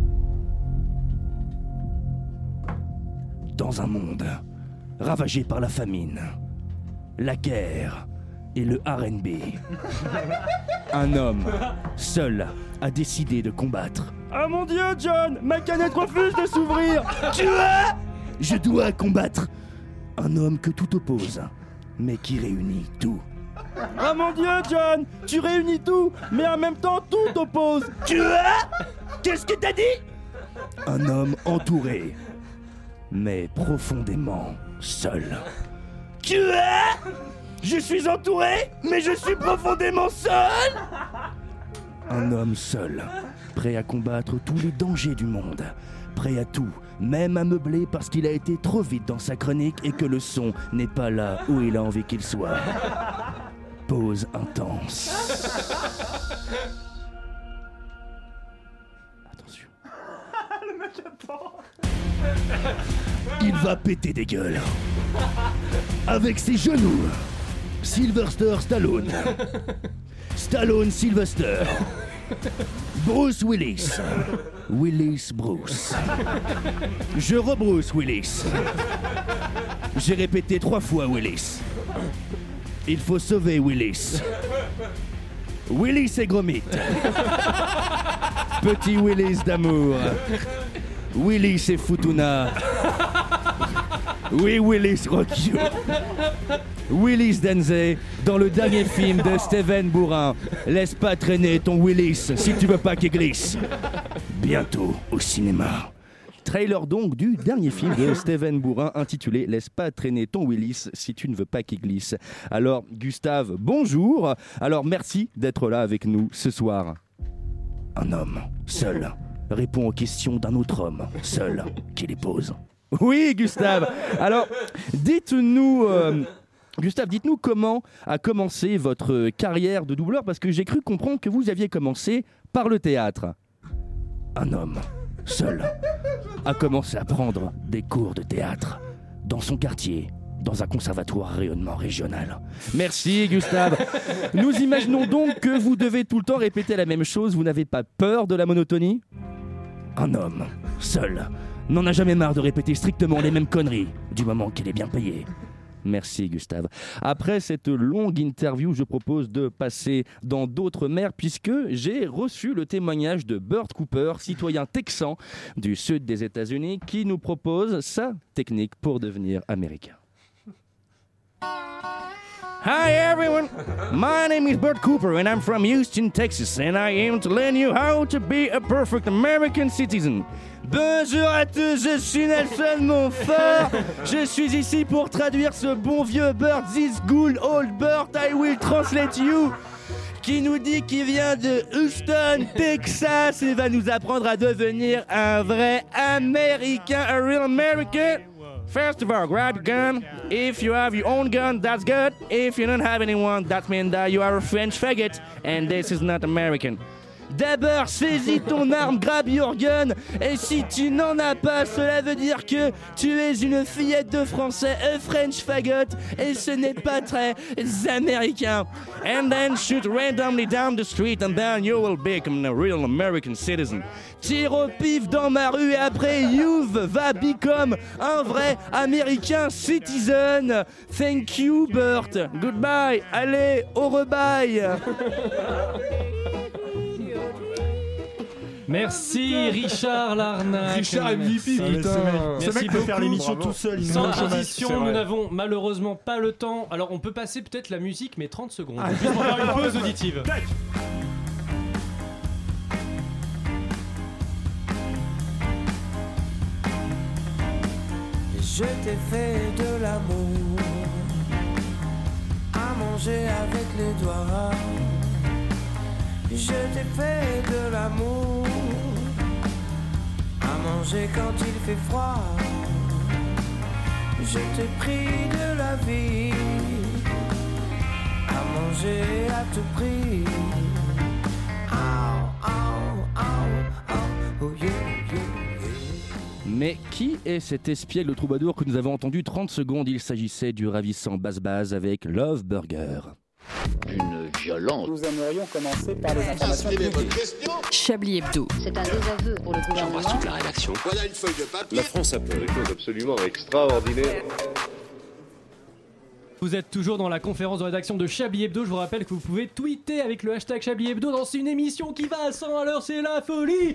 Dans un monde ravagé par la famine, la guerre et le R and B, un homme seul a décidé de combattre. Ah mon Dieu, John, ma canette refuse de s'ouvrir. Tu vois, je dois combattre un homme que tout oppose, mais qui réunit tout. Ah mon Dieu, John, tu réunis tout, mais en même temps tout oppose. Tu vois? Qu'est-ce que t'as dit? Un homme entouré, mais profondément seul. Tu vois? Je suis entouré, mais je suis profondément seul. Un homme seul, prêt à combattre tous les dangers du monde, prêt à tout, même à meubler parce qu'il a été trop vite dans sa chronique et que le son n'est pas là où il a envie qu'il soit. Pause intense. Attention. Le mec attend. Il va péter des gueules. Avec ses genoux. Sylvester Stallone. Stallone Sylvester. Bruce Willis. Willis Bruce. Je rebrousse Willis. J'ai répété trois fois Willis. Il faut sauver Willis. Willis et Gromit. Petit Willis d'amour. Willis et Futuna. Oui, Willis rock you. Willis Denze dans le dernier film de Steven Bourrin. Laisse pas traîner ton Willis si tu veux pas qu'il glisse. Bientôt au cinéma. Trailer donc du dernier film de Steven Bourrin intitulé Laisse pas traîner ton Willis si tu ne veux pas qu'il glisse. Alors Gustave, bonjour. Alors merci d'être là avec nous ce soir. Un homme seul répond aux questions d'un autre homme seul qui les pose. Oui Gustave. Alors dites-nous... Euh, Gustave, dites-nous comment a commencé votre carrière de doubleur, parce que j'ai cru comprendre que vous aviez commencé par le théâtre. Un homme, seul, a commencé à prendre des cours de théâtre dans son quartier, dans un conservatoire à rayonnement régional. Merci Gustave. Nous imaginons donc que vous devez tout le temps répéter la même chose, vous n'avez pas peur de la monotonie ? Un homme, seul, n'en a jamais marre de répéter strictement les mêmes conneries, du moment qu'il est bien payé. Merci Gustave. Après cette longue interview, je propose de passer dans d'autres mers puisque j'ai reçu le témoignage de Burt Cooper, citoyen texan du sud des États-Unis, qui nous propose sa technique pour devenir américain. Hi everyone, my name is Burt Cooper and I'm from Houston, Texas, and I aim to learn you how to be a perfect American citizen. Bonjour à tous, je suis Nelson Montfort. Je suis ici pour traduire ce bon vieux Burt, this good old Burt, I will translate you, qui nous dit qu'il vient de Houston, Texas, et va nous apprendre à devenir un vrai Américain, a real American. First of all, grab your gun. If you have your own gun, that's good. If you don't have anyone, that means that you are a French faggot, and this is not American. D'abord, saisis ton arme, grab your gun. Et si tu n'en as pas, cela veut dire que tu es une fillette de français, a French faggot, et ce n'est pas très américain. And then shoot randomly down the street, and then you will become a real American citizen. Tire au pif dans ma rue, et après, you va become un vrai American citizen. Thank you, Burt. Goodbye. Allez, au rebail. Merci Richard Larnac. Richard M V P, Merci. putain. Merci Ce mec peut beaucoup. faire l'émission Bravo. tout seul. il Sans nous chômage. transition, C'est nous vrai. n'avons malheureusement pas le temps. Alors on peut passer peut-être la musique, mais trente secondes. Juste pour faire une pause auditive. Je t'ai fait de l'amour, à manger avec les doigts. Je t'ai fait de l'amour, à manger quand il fait froid. Je t'ai pris de la vie, à manger à tout prix. Ow, ow, ow, ow, oh yeah, yeah. Mais qui est cet espiègle troubadour que nous avons entendu trente secondes? Il s'agissait du ravissant Basse-Basse avec Love Burger. Une violence. Nous aimerions commencer par les informations publiques. Chablis Hebdo. C'est un désaveu pour le gouvernement. toute la rédaction. Voilà une feuille de papier. La France a fait des choses absolument extraordinaires. Vous êtes toujours dans la conférence de rédaction de Chablis Hebdo. Je vous rappelle que vous pouvez tweeter avec le hashtag Chablis Hebdo dans une émission qui va à cent à l'heure. C'est la folie.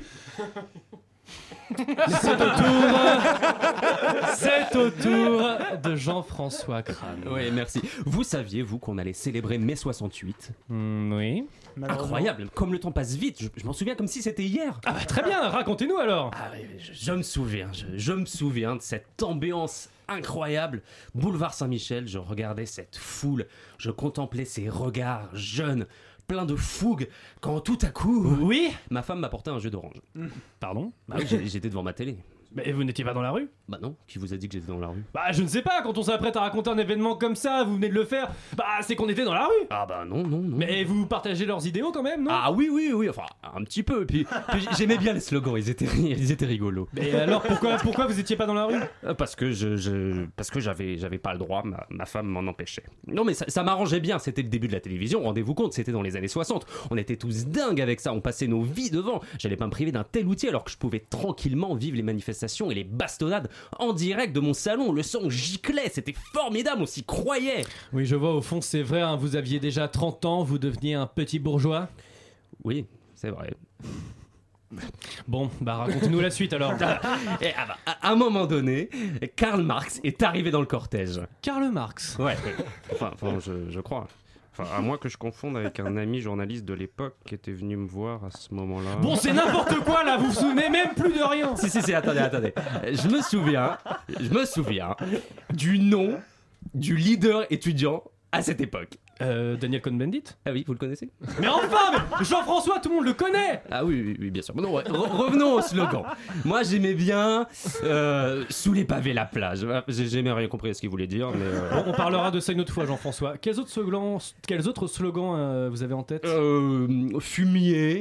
C'est au tour, c'est au tour de Jean-François Crane. Oui, merci. Vous saviez, vous, qu'on allait célébrer mai soixante-huit? Mmh, Oui. Incroyable, comme le temps passe vite, je, je m'en souviens comme si c'était hier. Ah bah très bien, racontez-nous alors. Ah oui, je, je me souviens, je, je me souviens de cette ambiance incroyable. Boulevard Saint-Michel, je regardais cette foule, je contemplais ces regards jeunes, plein de fougue, quand tout à coup... Oui. Ma femme m'apportait un jus d'orange. Pardon? Bah oui, j'ai- j'étais devant ma télé. Mais vous n'étiez pas dans la rue? Bah non, qui vous a dit que j'étais dans la rue? Bah je ne sais pas, quand on s'apprête à raconter un événement comme ça, vous venez de le faire, bah c'est qu'on était dans la rue. Ah bah non, non, non. Mais vous partagez leurs idéaux quand même, non? Ah oui, oui, oui, enfin un petit peu. Puis, puis j'aimais bien les slogans, ils étaient, ils étaient rigolos. Mais alors pourquoi, pourquoi vous étiez pas dans la rue? Euh, Parce que je, je parce que j'avais, j'avais pas le droit, ma, ma femme m'en empêchait. Non mais ça, ça m'arrangeait bien, c'était le début de la télévision, rendez-vous compte, c'était dans les années soixante. On était tous dingues avec ça, on passait nos vies devant. J'allais pas me priver d'un tel outil alors que je pouvais tranquillement vivre les manifestations et les bastonnades en direct de mon salon. Le son giclait, c'était formidable, on s'y croyait. Oui, je vois, au fond c'est vrai, hein, vous aviez déjà trente ans, vous deveniez un petit bourgeois. Oui, c'est vrai. Bon, bah racontez-nous la suite alors. Et ah bah, à un moment donné, Karl Marx est arrivé dans le cortège. Karl Marx. Ouais, enfin, enfin je, je crois. Enfin, à moins que je confonde avec un ami journaliste de l'époque qui était venu me voir à ce moment-là. Bon, c'est n'importe quoi là, vous vous souvenez même plus de rien. Si, si, si, attendez, attendez. Je me souviens, je me souviens du nom du leader étudiant à cette époque. Euh, Daniel Cohn-Bendit. Ah oui, vous le connaissez? Mais enfin, mais Jean-François, tout le monde le connaît. Ah oui, oui, oui, bien sûr. Bon, non, ouais, re- revenons au slogan. Moi, j'aimais bien euh, sous les pavés la plage. J'ai jamais rien compris à ce qu'il voulait dire, mais... euh, Bon, on parlera de ça une autre fois, Jean-François. Quels autres slogans, quels autres slogans euh, vous avez en tête? euh, fumier,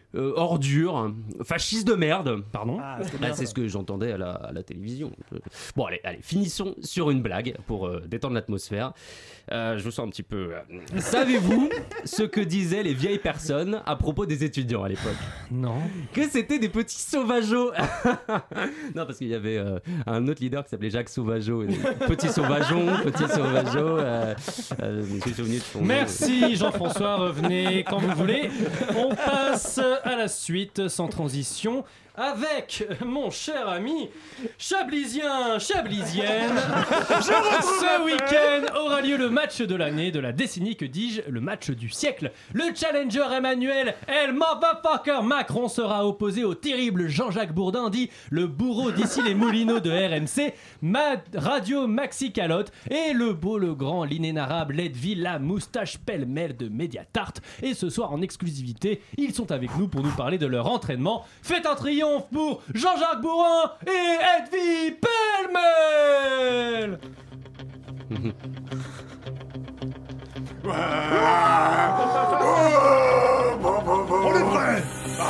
euh, ordure, fasciste de merde. Pardon. Ah, bah, c'est ce que j'entendais à la, à la télévision. Bon, allez, allez, finissons sur une blague pour euh, détendre l'atmosphère. Euh, je vous sens un petit peu. Euh... Savez-vous ce que disaient les vieilles personnes à propos des étudiants à l'époque? Non. Que c'était des petits sauvageaux. Non, parce qu'il y avait euh, un autre leader qui s'appelait Jacques Sauvageau. Petit sauvageon, petit sauvageau. Euh, euh, je me suis souvenu de son nom. Merci Jean-François, revenez quand vous voulez. On passe à la suite sans transition avec mon cher ami Chablisien, Chablisienne. Ce week-end aura lieu le match de l'année, de la décennie, que dis-je, le match du siècle. Le challenger Emmanuel El Motherfucker Macron sera opposé au terrible Jean-Jacques Bourdin, dit le bourreau d'ici les moulineaux de R M C, ma radio Maxi Calotte, et le beau, le grand, l'inénarrable Ledville, la moustache pêle-mêle de Mediatart. Et ce soir en exclusivité, ils sont avec nous pour nous parler de leur entraînement. Faites un triomphe pour Jean-Jacques Bourdin et Edwy Pêle-mêle. On est prêt.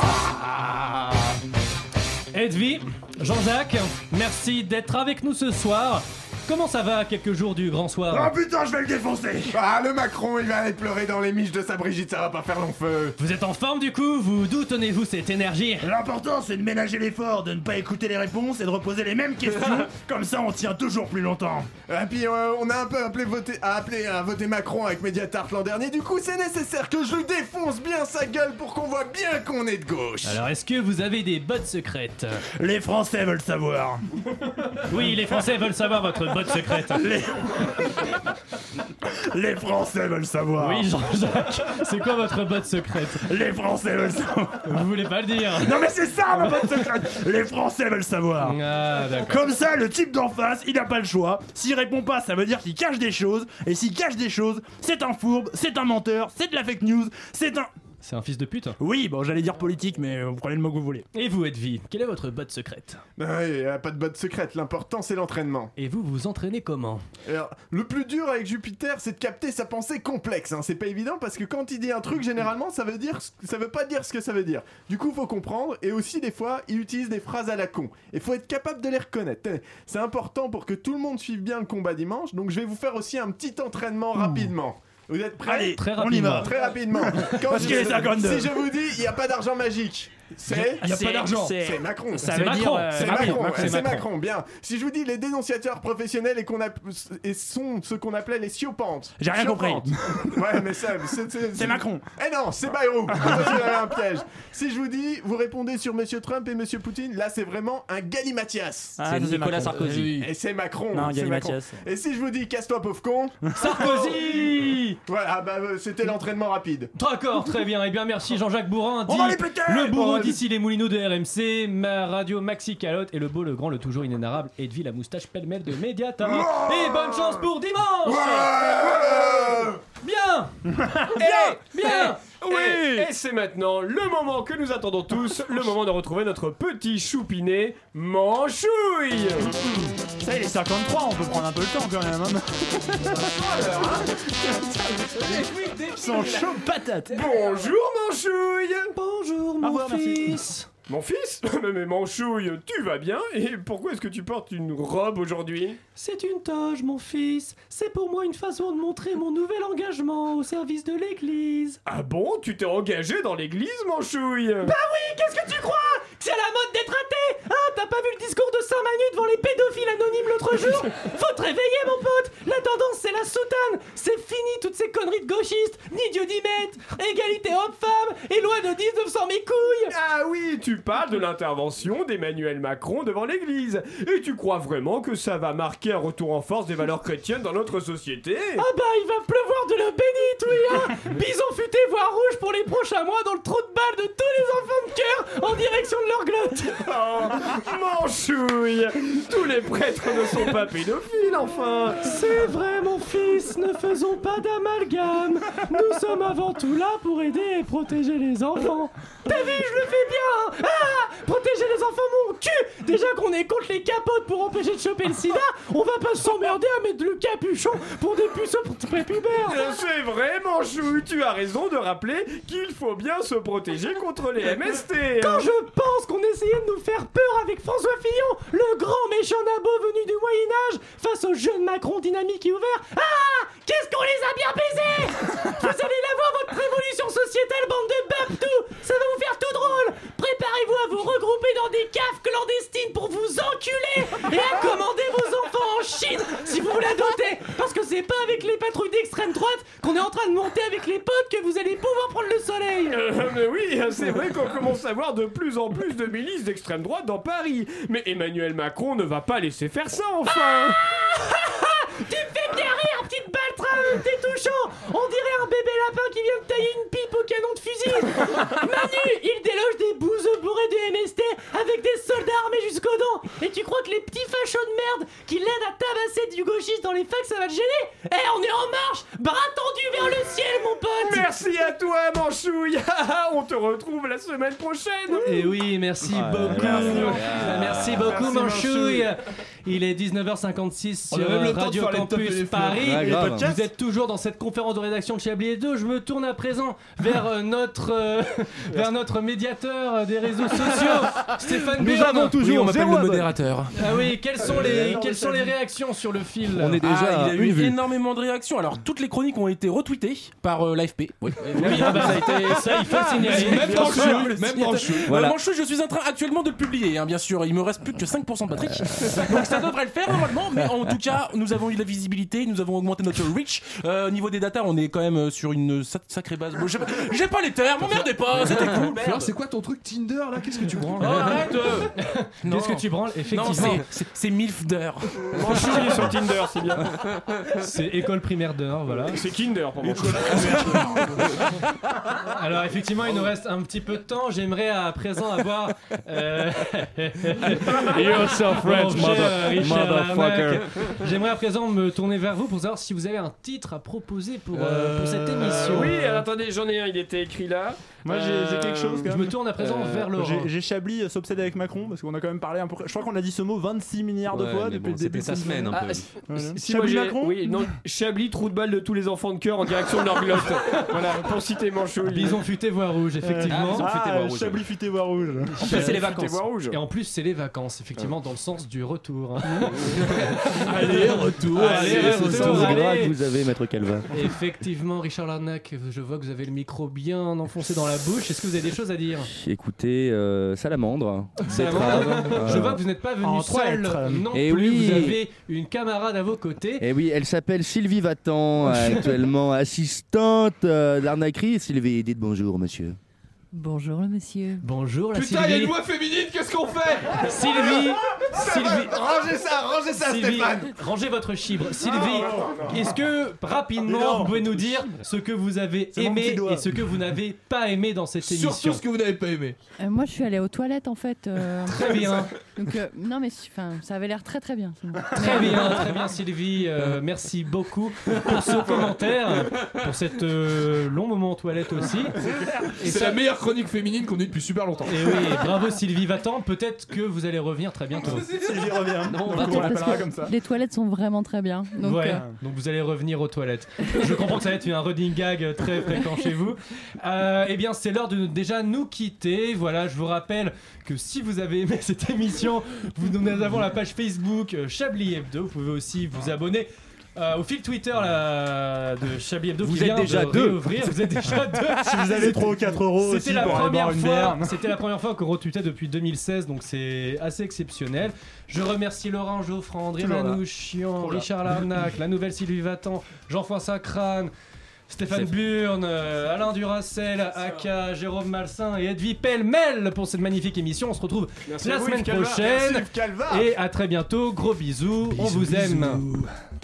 Edwy, Jean-Jacques, merci d'être avec nous ce soir. Comment ça va, quelques jours du grand soir? Oh putain, je vais le défoncer. Ah, le Macron, il va aller pleurer dans les miches de sa Brigitte, ça va pas faire long feu. Vous êtes en forme du coup? Vous, d'où tenez-vous cette énergie? L'important, c'est de ménager l'effort, de ne pas écouter les réponses et de reposer les mêmes questions. Comme ça, on tient toujours plus longtemps. Et puis, euh, on a un peu appelé voter, à appeler à voter Macron avec Mediatart l'an dernier. Du coup, c'est nécessaire que je lui défonce bien sa gueule pour qu'on voit bien qu'on est de gauche. Alors, est-ce que vous avez des bottes secrètes? Les Français veulent savoir. Oui, les Français veulent savoir votre botte secrète. Les... les Français veulent savoir. Oui, Jean-Jacques, c'est quoi votre botte secrète? Les Français veulent savoir. Vous voulez pas le dire? Non mais c'est ça ma botte secrète. Les Français veulent savoir. Ah, d'accord. Comme ça, le type d'en face, il a pas le choix. S'il répond pas, ça veut dire qu'il cache des choses. Et s'il cache des choses, c'est un fourbe, c'est un menteur, c'est de la fake news, c'est un... C'est un fils de pute? Oui, bon, j'allais dire politique, mais vous prenez le mot que vous voulez. Et vous, Edwy, quelle est votre botte secrète? Il n'y a pas de botte secrète, l'important c'est l'entraînement. Et vous, vous entraînez comment? Alors, le plus dur avec Jupiter, c'est de capter sa pensée complexe. Hein. C'est pas évident parce que quand il dit un truc, généralement, ça veut dire, ça veut pas dire ce que ça veut dire. Du coup, faut comprendre. Et aussi, des fois, il utilise des phrases à la con. Et faut être capable de les reconnaître. C'est important pour que tout le monde suive bien le combat dimanche. Donc, je vais vous faire aussi un petit entraînement Ouh. rapidement. Vous êtes prêts? Allez, très on y va. Très rapidement. Quand Parce je, qu'il est cinquante-deux. Si je vous dis, il n'y a pas d'argent magique. C'est Il n'y a pas d'argent. C'est Macron. Ça veut dire, euh, C'est Macron. Macron. C'est C'est Macron. Macron. Bien. Si je vous dis les dénonciateurs professionnels et qu'on a et sont ce qu'on appelait les siopantes. J'ai rien compris. Ouais, mais ça, c'est c'est- C'est Macron. Eh non, c'est Bayrou. Vous avez un piège. Si je vous dis, vous répondez sur Monsieur Trump et Monsieur Poutine, là c'est vraiment un galimatias. Ah, c'est Nicolas Sarkozy. Et c'est Macron. Non, c'est Macron. galimatias. Et si je vous dis, casse-toi pauvre con. Sarkozy. Voilà, bah euh, c'était l'entraînement rapide. D'accord, très bien. Eh bien, merci Jean-Jacques Bourdin. On dit va les péter. le On bourreau va les- d'ici les moulineaux de R M C, ma radio Maxi Calotte et le beau, le grand, le toujours inénarrable Edwy la moustache pêle-mêle de Mediatart. Et bonne chance pour dimanche. Bien. Bien. Bien. Oui. Et, et c'est maintenant le moment que nous attendons tous, le moment de retrouver notre petit choupinet Manchouille. Ça, il est cinquante-trois, on peut prendre un peu le temps quand même. Hein. Ils sont chauds patates. Bonjour Manchouille. Bonjour mon Au revoir, merci. fils. Mon fils? Mais, mais Manchouille, tu vas bien? Et pourquoi est-ce que tu portes une robe aujourd'hui? C'est une toge, mon fils. C'est pour moi une façon de montrer mon nouvel engagement au service de l'église. Ah bon? Tu t'es engagé dans l'église, Manchouille? Bah oui, qu'est-ce que tu crois? Que c'est à la mode d'être athée? Hein, t'as pas vu le discours de Saint-Manu devant les pédophiles anonymes l'autre jour? Faut te réveiller, mon pote. La tendance, c'est la soutane. C'est fini toutes ces conneries de gauchistes. Ni Dieu d'y mettre. Égalité homme-femme. Et loi de dix-neuf cents mes couilles. Ah oui, tu parles de l'intervention d'Emmanuel Macron devant l'église. Et tu crois vraiment que ça va marquer un retour en force des valeurs chrétiennes dans notre société? Ah bah, il va pleuvoir de l'eau bénite, oui, hein. Bison futé, voire rouge pour les prochains mois dans le trou de balle de tous les enfants de cœur en direction de leur glotte. Oh, Manchouille, tous les prêtres ne sont pas pédophiles, enfin. C'est vrai, mon fils. ne faisons pas d'amalgame. Nous sommes avant tout là pour aider et protéger les enfants. T'as vu, je le fais bien. Ah, protéger les enfants, mon cul. Déjà qu'on est contre les capotes pour empêcher de choper le sida, on va pas s'emmerder à mettre le capuchon pour des puceaux prépubères. C'est vrai, Manchou, tu as raison de rappeler qu'il faut bien se protéger contre les M S T. Quand je pense qu'on essayait de nous faire peur avec François Fillon, le grand méchant nabo venu du Moyen-Âge, face au jeune Macron dynamique et ouvert. Ah, qu'est-ce qu'on les a bien baisés. Vous allez la voir, votre révolution sociétale, bande de babtou. Ça va vous faire tout drôle. Préparez-vous à vous regrouper dans des caves clandestines pour vous enculer et à commander vos enfants en Chine si vous voulez adopter. Parce que c'est pas avec les patrouilles d'extrême droite qu'on est en train de monter avec les potes que vous allez pouvoir prendre le soleil. Euh, mais oui, c'est vrai qu'on commence à voir de plus en plus de milices d'extrême droite dans Paris. Mais Emmanuel Macron ne va pas laisser faire ça, enfin. Tu me fais bien rire, petite baltringue, t'es touchant. On dirait un bébé lapin qui vient de tailler une pipe au canon de fusil. Manu, il déloge des bouseux bourrés de M S T avec des soldats armés jusqu'aux dents. Et tu crois que les petits fachos de merde qui l'aident à tabasser du gauchiste dans les facs, ça va te gêner? Eh, on est en marche, bras tendus vers le ciel, mon pote. Merci à toi, Manchouille. On te retrouve la semaine prochaine. Et oui, merci Ah, beaucoup. merci. Merci beaucoup, Merci, Manchouille. Il est dix-neuf heures cinquante-six On sur a même le temps de Radio faire les tops et Campus les flops. Paris. Ouais, grave. Vous êtes toujours dans cette conférence de rédaction de Chablis Hebdo. Je me tourne à présent vers euh, notre euh, vers notre médiateur des réseaux sociaux, Stéphane Nous Burn. avons toujours Oui, on m'appelle zéro le abonné. modérateur. Ah oui, quelles sont les quelles sont les réactions sur le fil? On est déjà ah, il y a eu énormément de réactions. Alors toutes les chroniques ont été retweetées par euh, l'A F P. Oui, Oui, ah bah, ça a été- ça, il faut le signaler. Même Bien Manchouille, sûr. même Voilà. Manchouille. Voilà. Manchouille, je suis en train actuellement de le publier, hein, bien sûr. Il me reste plus que cinq pour cent de batterie. Donc ça devrait le faire normalement. Mais en tout cas, nous avons eu la visibilité, nous avons augmenté notre reach. Euh, au niveau des datas, on est quand même sur une sac- sacrée base. Bon, j'ai pas- j'ai pas les termes, m'emmerdez pas, c'était cool. Fleur, c'est quoi ton truc Tinder là? Qu'est-ce que tu branles? Oh, arrête euh. Qu'est-ce que tu branles? Effectivement. Non, c'est- c'est- c'est MILF d'heure. Manchouille est sur Tinder, c'est bien. C'est école primaire d'heure, voilà. C'est Kinder pour Manchouille. Alors effectivement, il nous reste un petit peu de temps. J'aimerais à présent avoir. Euh... You're so French, Mon cher mother- Richard motherfucker. Larnac, j'aimerais à présent me tourner vers vous pour savoir si vous avez un titre à proposer pour, euh, pour cette émission. Oui, alors, attendez, j'en ai un, il était écrit là. Moi j'ai Euh, j'ai quelque chose. quand Je même. me tourne à présent Euh, vers Laurent. j'ai- J'ai Chablis euh, s'obsède avec Macron parce qu'on a quand même parlé un peu. Je crois qu'on a dit ce mot vingt-six milliards de Ouais, fois mais depuis bon, le début. c'était sa de cette semaine, un semaine. peu. Si, Voilà. si moi Chablis j'ai- Macron. Oui, non, Chablis, trou de balle de tous les enfants de cœur en direction de leur glotte. Voilà, pour citer Manchouille. Bison futé voix rouge, effectivement. Ah, Chablis futé voix rouge. En plus, c'est les vacances. Futé voix rouge. Et en plus, c'est les vacances, effectivement, dans le sens du retour. Allez, retour. Allez, allez, retour, C'est un allez. gras que vous avez, maître Calvin. Effectivement, Richard Larnac, je vois que vous avez le micro bien enfoncé dans la bouche. Est-ce que vous avez des choses à dire? Écoutez, euh, salamandre, Salamandre. betterave, Je euh, vois que vous n'êtes pas venu En trois seul lettres. non Eh plus. oui. Vous avez une camarade à vos côtés. Eh oui, elle s'appelle Sylvie Vatan, actuellement assistante euh, d'arnaquerie. Sylvie, dites bonjour, monsieur. Bonjour le monsieur. Bonjour la Putain, il y a Sylvie. une voix féminine, qu'est-ce qu'on fait? Sylvie, Sylvie, Rangez ça, rangez ça, Sylvie, Stéphane. rangez votre chibre. Sylvie, est-ce que rapidement Non. vous pouvez nous dire ce que vous avez C'est mon petit aimé doigt. et ce que vous n'avez pas aimé dans cette émission? Surtout ce que vous n'avez pas aimé. Euh, moi je suis allée aux toilettes en fait. euh, Très bien. Donc euh, non mais enfin ça avait l'air très très bien. sinon. Très bien, très bien Sylvie, euh, merci beaucoup pour ce commentaire, pour cet euh, long moment en toilette aussi. Et C'est ça- la meilleure chronique féminine qu'on ait depuis super longtemps. Et oui, bravo Sylvie Vatan, peut-être que vous allez revenir très bientôt. Sylvie revient. Non, on Donc, va on Parce l'appellera que comme ça. les toilettes sont vraiment très bien. Donc ouais, euh, donc vous allez revenir aux toilettes. Je comprends que ça va être un running gag très fréquent chez vous. Euh, eh bien, c'est l'heure de déjà nous quitter. Voilà, je vous rappelle que si vous avez aimé cette émission, vous, nous avons la page Facebook euh, Chablis Hebdo. Vous pouvez aussi vous abonner. Euh, au fil Twitter là, de Chablis Hebdo Vous qui êtes vient déjà de deux. réouvrir. Vous êtes déjà deux. Si vous avez trois ou quatre euros aussi C'était la pour aller boire première une fois. bière. C'était la première fois qu'on retweetait depuis deux mille seize, donc c'est assez exceptionnel. Je remercie Laurent Geoffrand, André Toujours là. Manouchian, Oh là. Richard Larnac, la nouvelle Sylvie Vatan, Jean-François Crane, Stéphane Burn, euh, Alain Duracel, Aka, Jérôme Malsain et Edwy Pêle-Mêle pour cette magnifique émission. On se retrouve Merci la à vous, semaine Yves Calva. prochaine. Merci, Yves Calva. Et à très bientôt. Gros bisous. On vous aime.